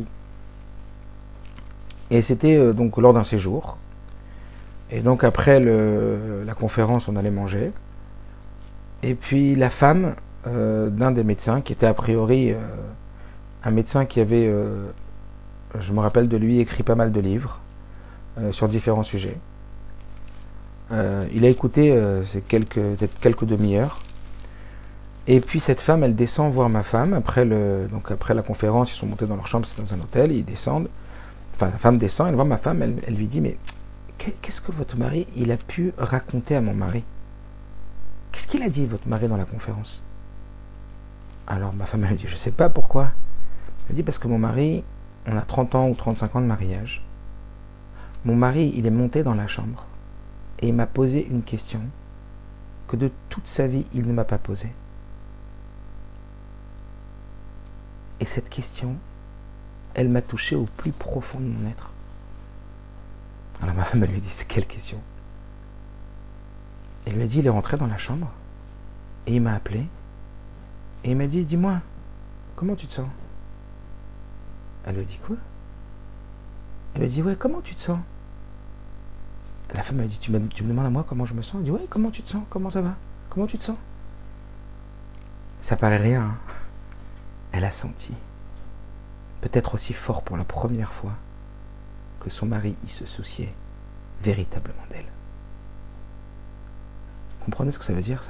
Et c'était euh, donc lors d'un séjour. Et donc après le, la conférence, on allait manger. Et puis la femme euh, d'un des médecins, qui était a priori euh, un médecin qui avait, euh, je me rappelle de lui, écrit pas mal de livres euh, sur différents sujets. Euh, il a écouté euh, ces quelques, peut-être quelques demi-heures. Et puis cette femme, elle descend voir ma femme. Après, le, donc après la conférence, ils sont montés dans leur chambre, c'est dans un hôtel, ils descendent. Enfin, la femme descend, elle voit ma femme, elle, elle lui dit, mais qu'est-ce que votre mari, il a pu raconter à mon mari? Qu'est-ce qu'il a dit, votre mari, dans la conférence? Alors ma femme, elle dit, je ne sais pas pourquoi. Elle dit, parce que mon mari, on a trente ans ou trente-cinq ans de mariage. Mon mari, il est monté dans la chambre et il m'a posé une question que de toute sa vie, il ne m'a pas posée. Et cette question, elle m'a touché au plus profond de mon être. Alors ma femme, elle lui dit, c'est quelle question? Elle lui a dit, il est rentré dans la chambre et il m'a appelé et il m'a dit, dis-moi, comment tu te sens? Elle lui a dit, quoi? Elle lui a dit, ouais, comment tu te sens? La femme, elle a dit, tu me, tu me demandes à moi comment je me sens? Elle dit, ouais, comment tu te sens? Comment ça va? Comment tu te sens? Ça paraît rien, hein? Elle a senti, peut-être aussi fort pour la première fois, que son mari, il se souciait véritablement d'elle. Vous comprenez ce que ça veut dire, ça?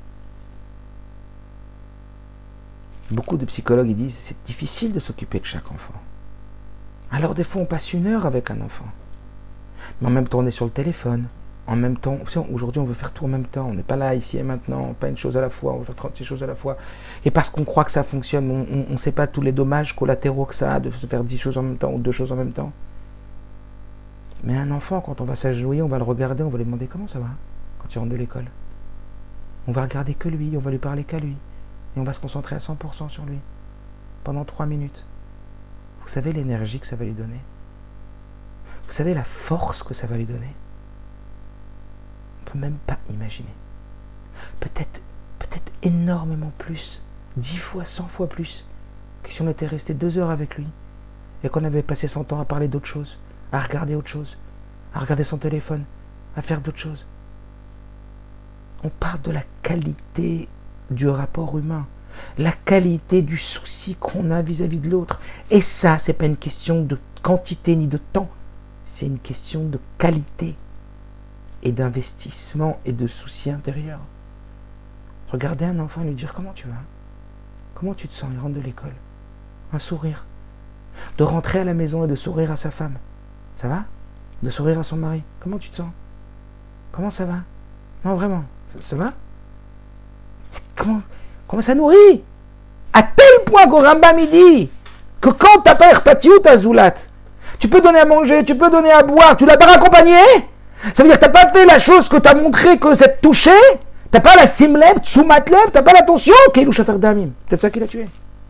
Beaucoup de psychologues, ils disent, c'est difficile de s'occuper de chaque enfant. Alors des fois, on passe une heure avec un enfant. Mais en même temps, on est sur le téléphone. En même temps, aujourd'hui, on veut faire tout en même temps. On n'est pas là, ici et maintenant, pas une chose à la fois. On veut faire trente-six choses à la fois. Et parce qu'on croit que ça fonctionne, on ne sait pas tous les dommages collatéraux que ça a de faire dix choses en même temps ou deux choses en même temps. Mais un enfant, quand on va s'agenouiller, on va le regarder, on va lui demander comment ça va quand il rentre de l'école. On va regarder que lui, on va lui parler qu'à lui. Et on va se concentrer à cent pour cent sur lui. Pendant trois minutes. Vous savez l'énergie que ça va lui donner? Vous savez la force que ça va lui donner? On ne peut même pas imaginer. Peut-être, peut-être énormément plus. Dix fois, cent fois plus. Que si on était resté deux heures avec lui et qu'on avait passé son temps à parler d'autre chose, à regarder autre chose, à regarder son téléphone, à faire d'autres choses. On parle de la qualité du rapport humain, la qualité du souci qu'on a vis-à-vis de l'autre. Et ça, c'est pas une question de quantité ni de temps, c'est une question de qualité et d'investissement et de souci intérieur. Regardez un enfant et lui dire comment tu vas, comment tu te sens, il rentre de l'école, un sourire, de rentrer à la maison et de sourire à sa femme, ça va? De sourire à son mari, comment tu te sens? Comment ça va? Non vraiment, ça, ça va? Comment, comment ça nourrit? À tel point qu'au Rambam il dit que quand t'as pas Erpatiout à Zoulat, tu peux donner à manger, tu peux donner à boire, tu l'as pas raccompagné? Ça veut dire que t'as pas fait la chose que t'as montré que ça te touchait? T'as pas la simlev, tsumatlev, t'as pas l'attention? Qu'il faire damim. Peut-être ça qui l'a tué.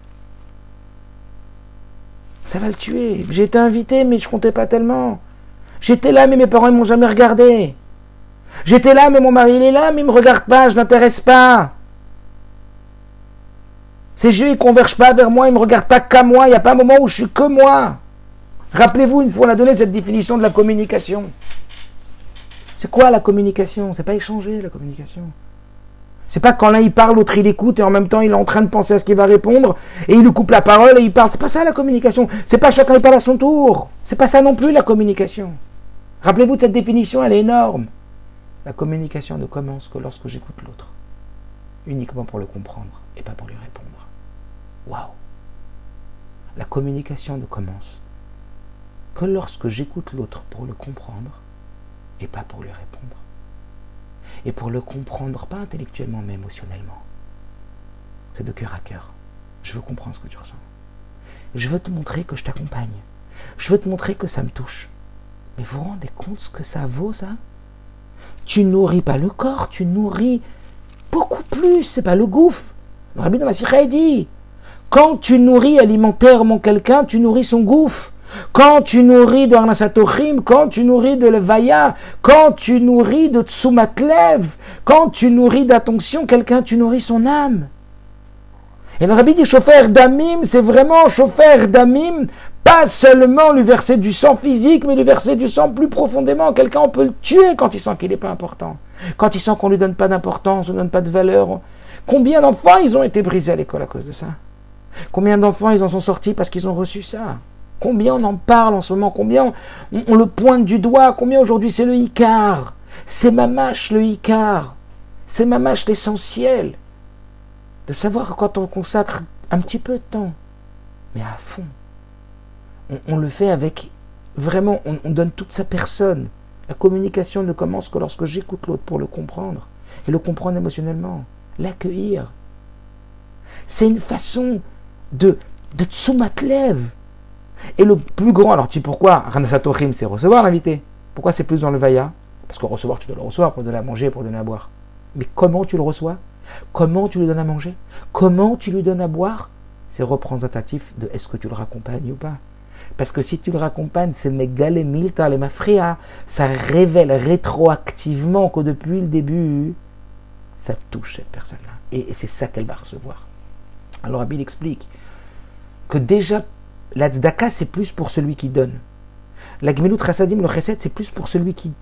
Ça va le tuer. J'ai été invité, mais je comptais pas tellement. J'étais là, mais mes parents ils m'ont jamais regardé. J'étais là, mais mon mari il est là, mais il me regarde pas, je n'intéresse pas. Ces yeux, ils ne convergent pas vers moi, ils ne me regardent pas qu'à moi, il n'y a pas un moment où je suis que moi. Rappelez-vous, une fois on a donné cette définition de la communication. C'est quoi la communication? C'est pas échanger la communication. C'est pas quand l'un il parle, l'autre il écoute et en même temps il est en train de penser à ce qu'il va répondre et il lui coupe la parole et il parle. C'est pas ça la communication. C'est pas chacun il parle à son tour. C'est pas ça non plus la communication. Rappelez-vous de cette définition, elle est énorme. La communication ne commence que lorsque j'écoute l'autre. Uniquement pour le comprendre et pas pour lui répondre. Waouh! La communication ne commence que lorsque j'écoute l'autre pour le comprendre et pas pour lui répondre. Et pour le comprendre, pas intellectuellement mais émotionnellement. C'est de cœur à cœur. Je veux comprendre ce que tu ressens. Je veux te montrer que je t'accompagne. Je veux te montrer que ça me touche. Mais vous vous rendez compte ce que ça vaut, ça? Tu nourris pas le corps, tu nourris beaucoup plus. C'est pas le gouffre. Le Rabbi de Massicha dit, quand tu nourris alimentairement quelqu'un, tu nourris son gouffre. Quand tu nourris de Arnasatochim, quand tu nourris de Levaya, quand tu nourris de Tsumatlev, quand tu nourris d'attention quelqu'un, tu nourris son âme. Et le Rabbi dit chauffeur d'amim, c'est vraiment chauffeur d'amim, pas seulement lui verser du sang physique, mais lui verser du sang plus profondément. Quelqu'un, on peut le tuer quand il sent qu'il n'est pas important. Quand il sent qu'on ne lui donne pas d'importance, on ne lui donne pas de valeur. Combien d'enfants ils ont été brisés à l'école à cause de ça? Combien d'enfants ils en sont sortis parce qu'ils ont reçu ça? Combien on en parle en ce moment? Combien on, on le pointe du doigt? Combien aujourd'hui c'est le Icar? C'est mamache le Icar. C'est mamache l'essentiel. De savoir que quand on consacre un petit peu de temps, mais à fond, on, on le fait avec, vraiment, on, on donne toute sa personne. La communication ne commence que lorsque j'écoute l'autre pour le comprendre, et le comprendre émotionnellement, l'accueillir. C'est une façon de, de tsumatlev. Et le plus grand, alors tu sais pourquoi Ranasatochim, c'est recevoir l'invité. Pourquoi c'est plus dans le Vaya? Parce que recevoir, tu dois le recevoir pour donner à manger, pour donner à boire. Mais comment tu le reçois? Comment tu lui donnes à manger? Comment tu lui donnes à boire? C'est représentatif de est-ce que tu le raccompagnes ou pas. Parce que si tu le raccompagnes, c'est Megale Milta le Mafria. Ça révèle rétroactivement que depuis le début, ça touche cette personne-là. Et, et c'est ça qu'elle va recevoir. Alors Rabbi explique que déjà, la tzedaka, c'est plus pour celui qui donne. La gmilut chassadim, le chesed, c'est plus pour celui qui...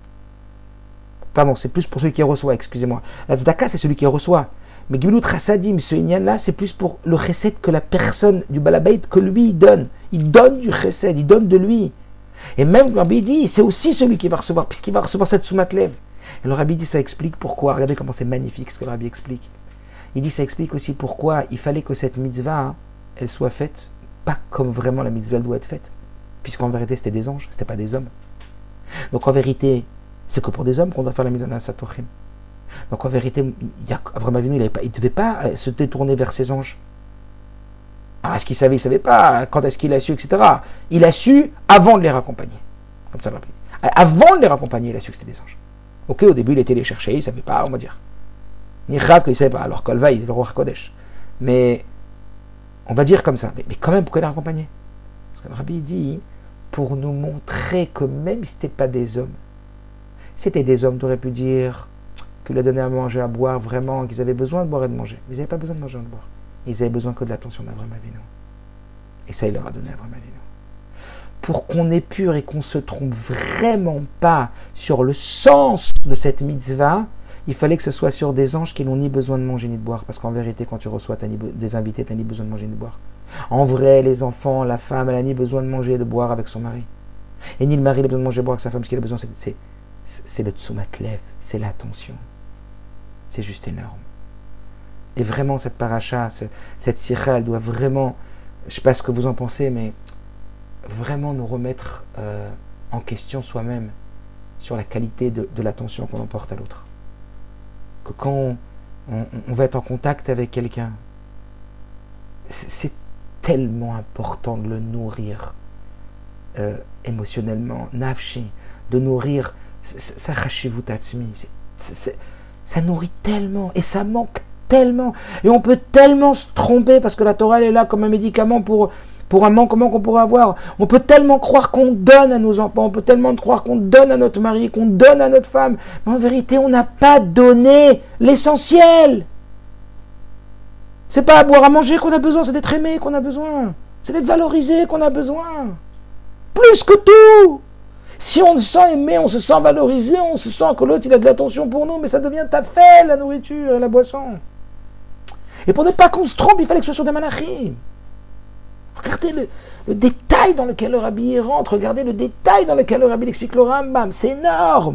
Pardon, c'est plus pour celui qui reçoit, excusez-moi. La tzedaka, c'est celui qui reçoit. Mais gmilut chassadim, ce inyan-là, c'est plus pour le chesed que la personne du balabait, que lui, il donne. Il donne du chesed, il donne de lui. Et même, le Rabbi dit, c'est aussi celui qui va recevoir, puisqu'il va recevoir cette soumatlev. Et le Rabbi dit, ça explique pourquoi. Regardez comment c'est magnifique ce que le Rabbi explique. Il dit, ça explique aussi pourquoi il fallait que cette mitzvah, elle soit faite pas comme vraiment la mitzvah doit être faite, puisqu'en vérité c'était des anges, c'était pas des hommes. Donc en vérité, c'est que pour des hommes qu'on doit faire la mitzvah Satochim. Donc en vérité, Avraham Avinu, il ne devait pas se détourner vers ces anges. Alors est-ce qu'il savait, il ne savait pas, quand est-ce qu'il a su, et cetera. Il a su avant de les raccompagner. Comme ça, avant de les raccompagner, il a su que c'était des anges. Ok, au début, il était les chercher, il ne savait pas, on va dire. Ni Chak, il ne savait pas, alors Kolva, il est le roi Kodesh. Mais on va dire comme ça. Mais, mais quand même, pourquoi les raccompagner? Parce que le Rabbi dit, pour nous montrer que même si ce n'était pas des hommes, c'était des hommes, tu aurais pu dire qu'il a donné à manger, à boire, vraiment, qu'ils avaient besoin de boire et de manger. Mais ils n'avaient pas besoin de manger et de boire. Ils avaient besoin que de l'attention d'Avraham Avinu. Et ça, il leur a donné à Avraham Avinu. Pour qu'on est pur et qu'on ne se trompe vraiment pas sur le sens de cette mitzvah, il fallait que ce soit sur des anges qui n'ont ni besoin de manger ni de boire. Parce qu'en vérité, quand tu reçois ni be- des invités, tu n'as ni besoin de manger ni de boire. En vrai, les enfants, la femme, elle n'a ni besoin de manger et de boire avec son mari. Et ni le mari n'a besoin de manger et de boire avec sa femme. Ce qu'il a besoin, c'est, c'est, c'est le tsumatlev, c'est l'attention. C'est juste énorme. Et vraiment, cette paracha, cette sira, elle doit vraiment, je ne sais pas ce que vous en pensez, mais vraiment nous remettre euh, en question soi-même sur la qualité de, de l'attention qu'on emporte à l'autre. Que quand on, on, on va être en contact avec quelqu'un, c'est, c'est tellement important de le nourrir euh, émotionnellement, nafshi, de nourrir sa chashivut atzmi. Ça nourrit tellement et ça manque tellement. Et on peut tellement se tromper parce que la Torah elle est là comme un médicament pour, pour un manquement qu'on pourrait avoir. On peut tellement croire qu'on donne à nos enfants, on peut tellement croire qu'on donne à notre mari, qu'on donne à notre femme. Mais en vérité, on n'a pas donné l'essentiel. C'est pas à boire à manger qu'on a besoin, c'est d'être aimé qu'on a besoin. C'est d'être valorisé qu'on a besoin. Plus que tout. Si on se sent aimé, on se sent valorisé, on se sent que l'autre il a de l'attention pour nous, mais ça devient ta fait, la nourriture et la boisson. Et pour ne pas qu'on se trompe, il fallait que ce soit sur des malachim. Regardez le, le détail dans lequel le Rabbi rentre, regardez le détail dans lequel le Rabbi explique le Rambam, c'est énorme.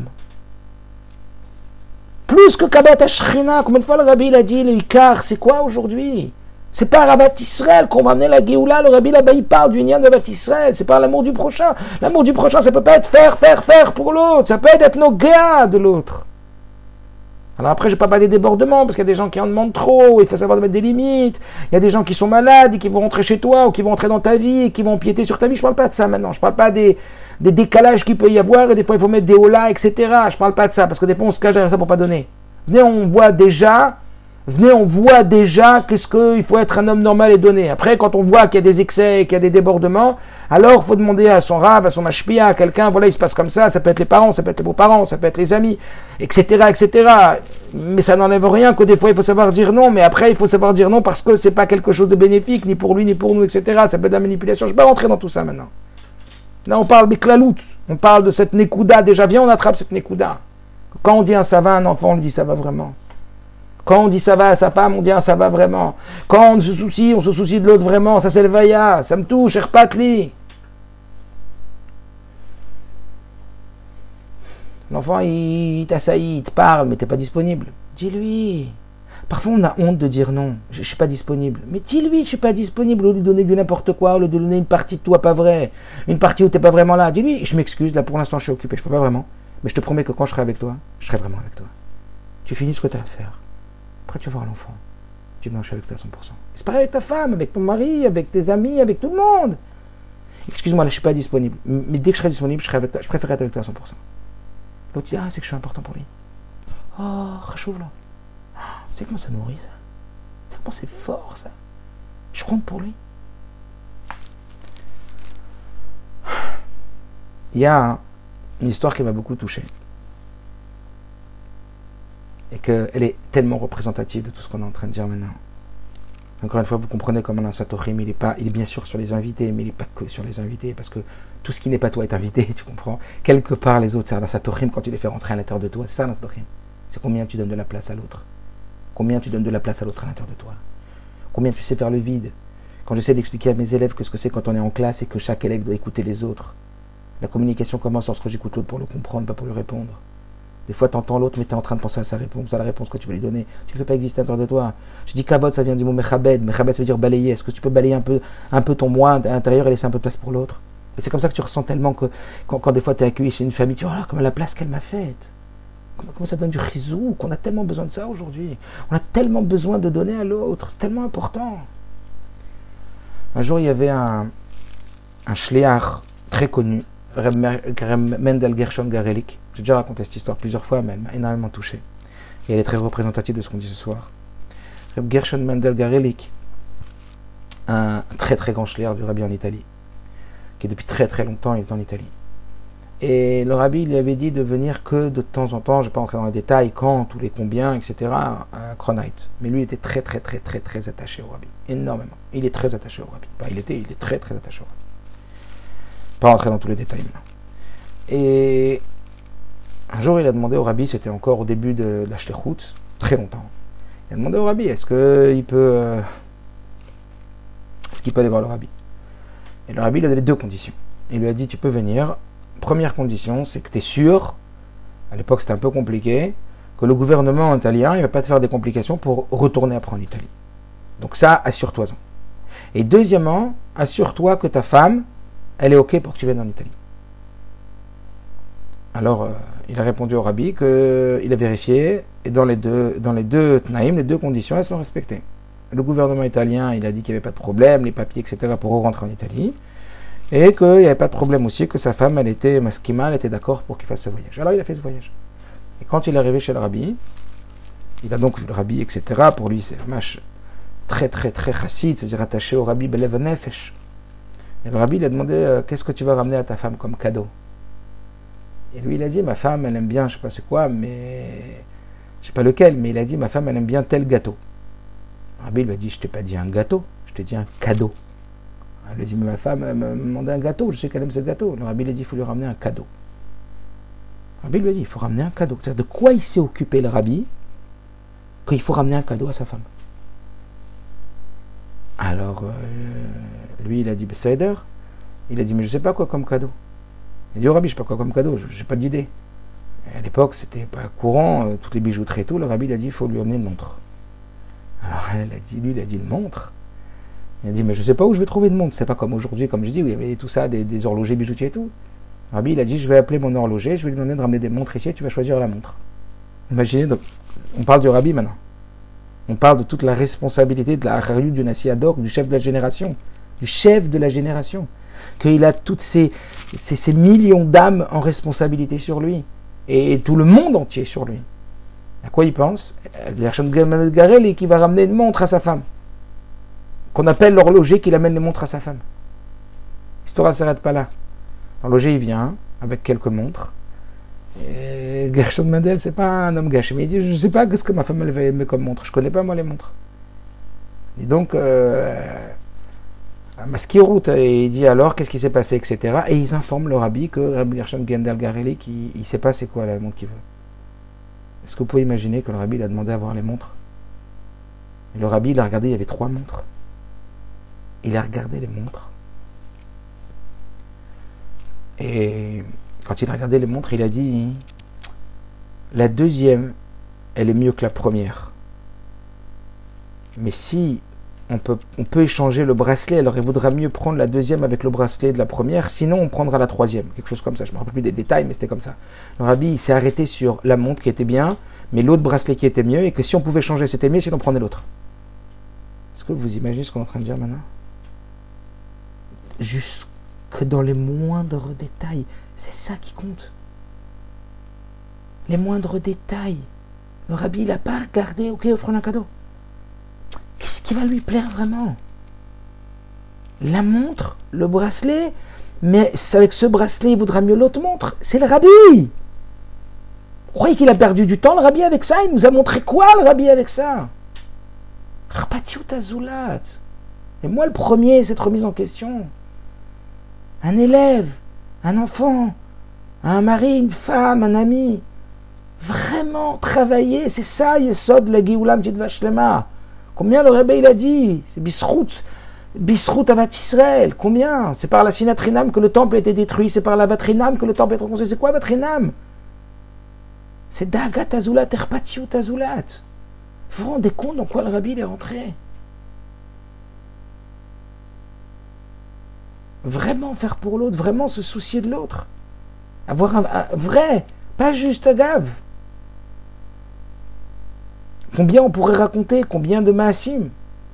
Plus que Kabat Ashrina, combien de fois le Rabbi il a dit, le Ikar, c'est quoi aujourd'hui? C'est pas à Rabat Israël qu'on va amener la Géoula, le Rabbi là-bas il parle du Nyan de Rabat Israël, c'est pas l'amour du prochain. L'amour du prochain, ça peut pas être faire, faire, faire pour l'autre, ça peut être nos gars de l'autre. Alors après, je ne parle pas des débordements, parce qu'il y a des gens qui en demandent trop, il faut savoir mettre des limites, il y a des gens qui sont malades, et qui vont rentrer chez toi, ou qui vont entrer dans ta vie, et qui vont empiéter sur ta vie, je ne parle pas de ça maintenant, je ne parle pas des, des décalages qu'il peut y avoir, et des fois il faut mettre des holas, et cetera. Je ne parle pas de ça, parce que des fois on se cache derrière ça pour ne pas donner. Venez, on voit déjà Venez, on voit déjà qu'est-ce qu'il faut être un homme normal et donné. Après, quand on voit qu'il y a des excès, qu'il y a des débordements, alors il faut demander à son rave, à son mashpia, à quelqu'un, voilà, il se passe comme ça, ça peut être les parents, ça peut être les beaux-parents, ça peut être les amis, et cetera, et cetera. Mais ça n'enlève rien que des fois il faut savoir dire non, mais après il faut savoir dire non parce que c'est pas quelque chose de bénéfique, ni pour lui, ni pour nous, et cetera. Ça peut être de la manipulation. Je ne vais pas rentrer dans tout ça maintenant. Là, on parle Beklalout, on parle de cette Nekuda. Déjà, viens, on attrape cette Nekuda. Quand on dit un ça va à un enfant, on lui dit ça va vraiment. Quand on dit ça va à sa femme, on dit ah, ça va vraiment. Quand on se soucie, on se soucie de l'autre vraiment. Ça c'est le vaïa, ça me touche, Erpatli. L'enfant, il, il t'assaillit, il te parle, mais t'es pas disponible. Dis-lui. Parfois, on a honte de dire non, je, je suis pas disponible. Mais dis-lui, je suis pas disponible, au lieu de donner du n'importe quoi, au lieu de donner une partie de toi pas vrai, une partie où t'es pas vraiment là. Dis-lui, je m'excuse, là pour l'instant je suis occupé, je peux pas vraiment. Mais je te promets que quand je serai avec toi, je serai vraiment avec toi. Tu finis ce que tu as à faire. Après, tu vas voir l'enfant. Tu dis non, je suis avec toi à cent pour cent. C'est pareil avec ta femme, avec ton mari, avec tes amis, avec tout le monde. Excuse-moi, là, je suis pas disponible. Mais dès que je serai disponible, je serai avec toi. Je préfère être avec toi à cent pour cent. L'autre dit, ah, c'est que je suis important pour lui. Oh, rachouve là. Tu sais comment ça nourrit, ça? Tu sais comment c'est fort, ça? Je compte pour lui. Il y a une histoire qui m'a beaucoup touché. Et qu'elle est tellement représentative de tout ce qu'on est en train de dire maintenant. Encore une fois, vous comprenez comment un Satorim, il est, pas, il est bien sûr sur les invités, mais il n'est pas que sur les invités, parce que tout ce qui n'est pas toi est invité, tu comprends? Quelque part, les autres, c'est un Satorim quand tu les fais rentrer à l'intérieur de toi, c'est ça un Satorim. C'est combien tu donnes de la place à l'autre. Combien tu donnes de la place à l'autre à l'intérieur de toi. Combien tu sais faire le vide. Quand j'essaie d'expliquer à mes élèves que ce que c'est quand on est en classe et que chaque élève doit écouter les autres. La communication commence lorsque j'écoute l'autre pour le comprendre, pas pour lui répondre. Des fois, tu entends l'autre, mais tu es en train de penser à sa réponse, à la réponse que tu veux lui donner. Tu ne fais pas exister à l'intérieur de toi. Je dis kavod, ça vient du mot mechabed. Mechabed, ça veut dire balayer. Est-ce que tu peux balayer un peu, un peu ton moi à l'intérieur et laisser un peu de place pour l'autre? Et c'est comme ça que tu ressens tellement que quand, quand des fois tu es accueilli chez une famille, tu dis, oh là, comme la place qu'elle m'a faite. Comment, comment ça donne du rizou, qu'on a tellement besoin de ça aujourd'hui. On a tellement besoin de donner à l'autre. C'est tellement important. Un jour, il y avait un, un shliach très connu, Reb Mendel Gershon Garelik. J'ai déjà raconté cette histoire plusieurs fois, mais elle m'a énormément touché. Et elle est très représentative de ce qu'on dit ce soir. Reb Gershon Mendel Garelik, un très très grand shliach du rabbi en Italie, qui depuis très très longtemps il est en Italie. Et le rabbi lui avait dit de venir que de temps en temps, je ne vais pas entrer dans les détails, quand, tous les combien, et cetera, à Kronheit. Mais lui était très très très très très attaché au rabbi. Énormément. Il est très attaché au rabbi. Bah, il était, il est très très attaché au rabbi. Pas rentrer dans tous les détails maintenant. Et un jour, il a demandé au rabbi, c'était encore au début de la shlichut, très longtemps. Il a demandé au rabbi, est-ce qu'il peut, euh, est-ce qu'il peut aller voir le rabbi? Et le rabbi, il a donné deux conditions. Il lui a dit, tu peux venir. Première condition, c'est que tu es sûr, à l'époque c'était un peu compliqué, que le gouvernement italien, il ne va pas te faire des complications pour retourner après en Italie. Donc ça, assure-toi-en. Et deuxièmement, assure-toi que ta femme, elle est OK pour que tu viennes en Italie. Alors, euh, il a répondu au rabbi qu'il a vérifié, et dans les deux, dans les deux tnaïm, les deux conditions, elles sont respectées. Le gouvernement italien, il a dit qu'il n'y avait pas de problème, les papiers, et cetera, pour rentrer en Italie, et qu'il n'y avait pas de problème aussi, que sa femme, elle était maskima, elle était d'accord pour qu'il fasse ce voyage. Alors, il a fait ce voyage. Et quand il est arrivé chez le rabbi, il a donc vu le rabbi, et cetera, pour lui, c'est vraiment très, très, très chassid, c'est-à-dire attaché au rabbi Belev Nefesh. Et le rabbi, il a demandé, euh, qu'est-ce que tu vas ramener à ta femme comme cadeau? Et lui, il a dit, ma femme, elle aime bien, je ne sais pas c'est quoi, mais je ne sais pas lequel, mais il a dit, ma femme, elle aime bien tel gâteau. Le rabbi lui a dit, je ne t'ai pas dit un gâteau, je t'ai dit un cadeau. Elle lui a dit, mais ma femme, elle m'a demandé un gâteau, je sais qu'elle aime ce gâteau. Le rabbi lui a dit, il faut lui ramener un cadeau. Le rabbi lui a dit, il faut ramener un cadeau. C'est-à-dire, de quoi il s'est occupé, le rabbi, qu'il faut ramener un cadeau à sa femme? Alors, euh, lui, il a dit, Besséder. Il a dit, mais je ne sais pas quoi comme cadeau. Il a dit, oh rabbi, je ne sais pas quoi comme cadeau, je n'ai pas d'idée. À l'époque, c'était pas courant, euh, toutes les bijouteries et tout. Le rabbi, il a dit, il faut lui emmener une montre. Alors, elle a dit, lui, il a dit, une montre. Il a dit, mais je ne sais pas où je vais trouver une montre. C'est pas comme aujourd'hui, comme je dis, où il y avait tout ça, des, des horlogers, bijoutiers et tout. Le rabbi, il a dit, je vais appeler mon horloger, je vais lui demander de ramener des montres ici, et tu vas choisir la montre. Imaginez, donc, on parle du rabbi maintenant. On parle de toute la responsabilité de la Harayut du Nassi Ador, du chef de la génération, du chef de la génération, qu'il a toutes ces, ces, ces millions d'âmes en responsabilité sur lui, et, et tout le monde entier sur lui. À quoi il pense? Gershon Garelli qui va ramener une montre à sa femme. Qu'on appelle l'horloger qui amène les montres à sa femme. L'histoire ne s'arrête pas là. L'horloger, il vient avec quelques montres. Et Gershon Mendel, c'est pas un homme gâché. Mais il dit, je ne sais pas ce que ma femme elle va aimer comme montre. Je ne connais pas, moi, les montres. Et donc, euh, à Maskirout, il dit alors, qu'est-ce qui s'est passé, et cetera. Et ils informent le rabbi que Rabbi Gershon Mendel Garelli, il ne sait pas c'est quoi la montre qu'il veut. Est-ce que vous pouvez imaginer que le rabbi il a demandé à voir les montres? Et le rabbi, il a regardé, il y avait trois montres. Il a regardé les montres. Et quand il a regardé les montres, il a dit, la deuxième, elle est mieux que la première. Mais si on peut, on peut échanger le bracelet, alors il vaudra mieux prendre la deuxième avec le bracelet de la première, sinon on prendra la troisième. Quelque chose comme ça, je ne me rappelle plus des détails, mais c'était comme ça. Le rabbi, il s'est arrêté sur la montre qui était bien, mais l'autre bracelet qui était mieux, et que si on pouvait changer, c'était mieux, sinon on prenait l'autre. Est-ce que vous imaginez ce qu'on est en train de dire maintenant? Jusque dans les moindres détails, c'est ça qui compte. Les moindres détails. Le rabbi, il n'a pas regardé, ok, offre-lui un cadeau. Qu'est-ce qui va lui plaire vraiment? La montre, le bracelet, mais avec ce bracelet, il voudra mieux l'autre montre. C'est le rabbi. Vous croyez qu'il a perdu du temps, le rabbi, avec ça? Il nous a montré quoi, le rabbi, avec ça? Et moi, le premier, cette remise en question. Un élève, un enfant, un mari, une femme, un ami. Vraiment travailler, c'est ça, Yesod, le Géoula M'tid Vashlema. Combien le Rebbe il a dit? C'est Bisrout, Bisrout Avat Israël. Combien? C'est par la Sinatrinam que le temple a été détruit, c'est par la Vatrinam que le temple a été reconstruit. C'est quoi Vatrinam? C'est Dagat Azulat, Erpatiut Azulat. Vous vous rendez compte dans quoi le Rabbi il est rentré? Vraiment faire pour l'autre, vraiment se soucier de l'autre. Avoir un, un vrai, pas juste agave. Combien on pourrait raconter, combien de Maasim?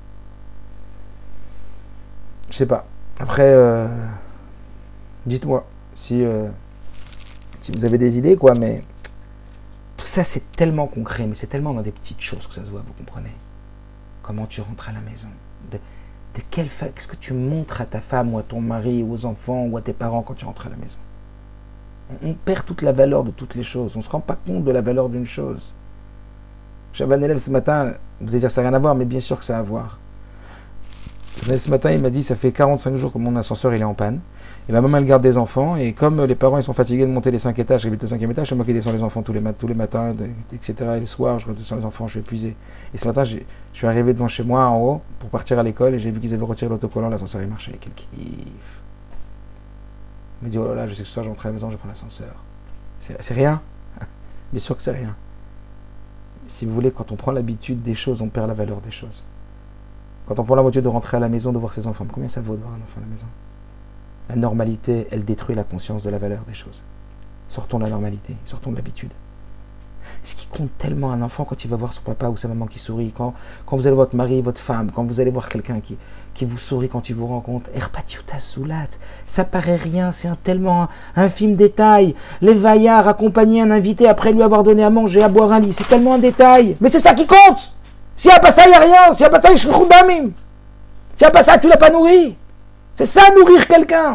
Je sais pas. Après, euh, dites-moi si, euh, si vous avez des idées, quoi, mais tout ça c'est tellement concret, mais c'est tellement dans des petites choses que ça se voit, vous comprenez? Comment tu rentres à la maison? De, de quelle fa... Qu'est-ce que tu montres à ta femme ou à ton mari ou aux enfants ou à tes parents quand tu rentres à la maison? On, on perd toute la valeur de toutes les choses. On ne se rend pas compte de la valeur d'une chose. J'avais un élève ce matin, vous allez dire ça n'a rien à voir, mais bien sûr que ça a à voir. Ce matin, il m'a dit, ça fait quarante-cinq jours que mon ascenseur il est en panne. Et ma maman elle garde des enfants, et comme les parents ils sont fatigués de monter les cinq étages, j'habite au cinquième étage, c'est moi qui descends les enfants tous les, mat- tous les matins, et cetera. Et le soir, je redescends les enfants, je suis épuisé. Et ce matin, j'ai, je suis arrivé devant chez moi en haut pour partir à l'école, et j'ai vu qu'ils avaient retiré l'autocollant, l'ascenseur il marchait. Quel kiff. Il m'a dit, oh là là, je sais que ce soir je rentre à la maison, je prends l'ascenseur. C'est, c'est rien. Bien sûr que c'est rien. Si vous voulez, quand on prend l'habitude des choses, on perd la valeur des choses. Quand on prend l'habitude de rentrer à la maison, de voir ses enfants, combien ça vaut de voir un enfant à la maison? La normalité, elle détruit la conscience de la valeur des choses. Sortons de la normalité, sortons de l'habitude. Ce qui compte tellement un enfant quand il va voir son papa ou sa maman qui sourit, quand, quand vous allez voir votre mari, votre femme, quand vous allez voir quelqu'un qui, qui vous sourit quand il vous rencontre, Erpatiuta Soulat, ça paraît rien, c'est un tellement un infime détail. Les vaillards accompagner un invité après lui avoir donné à manger, à boire un lit, c'est tellement un détail. Mais c'est ça qui compte. S'il n'y a pas ça, il n'y a rien. S'il n'y a pas ça, je suis khoudamim. S'il n'y a pas ça, tu ne l'as pas nourri. C'est ça, nourrir quelqu'un.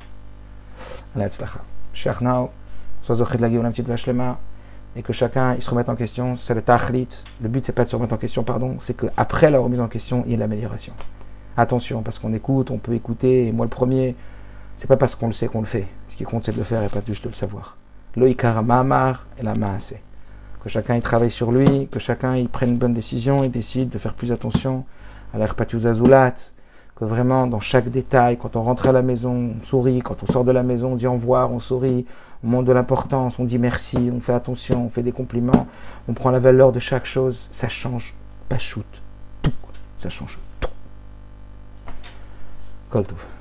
Et que chacun il se remette en question, c'est le tachlit. Le but, c'est pas de se remettre en question, pardon, c'est qu'après la remise en question, il y ait l'amélioration. Attention, parce qu'on écoute, on peut écouter, et moi le premier, c'est pas parce qu'on le sait qu'on le fait. Ce qui compte, c'est de le faire et pas juste de le savoir. Loïkara ma'amar et la ma'ase. Que chacun il travaille sur lui, que chacun il prenne une bonne décision, il décide de faire plus attention à l'erpatius azulat, que vraiment dans chaque détail, quand on rentre à la maison, on sourit, quand on sort de la maison, on dit au revoir, on sourit, on montre de l'importance, on dit merci, on fait attention, on fait des compliments, on prend la valeur de chaque chose, ça change, pas shoot, tout, ça change tout. Kol tov.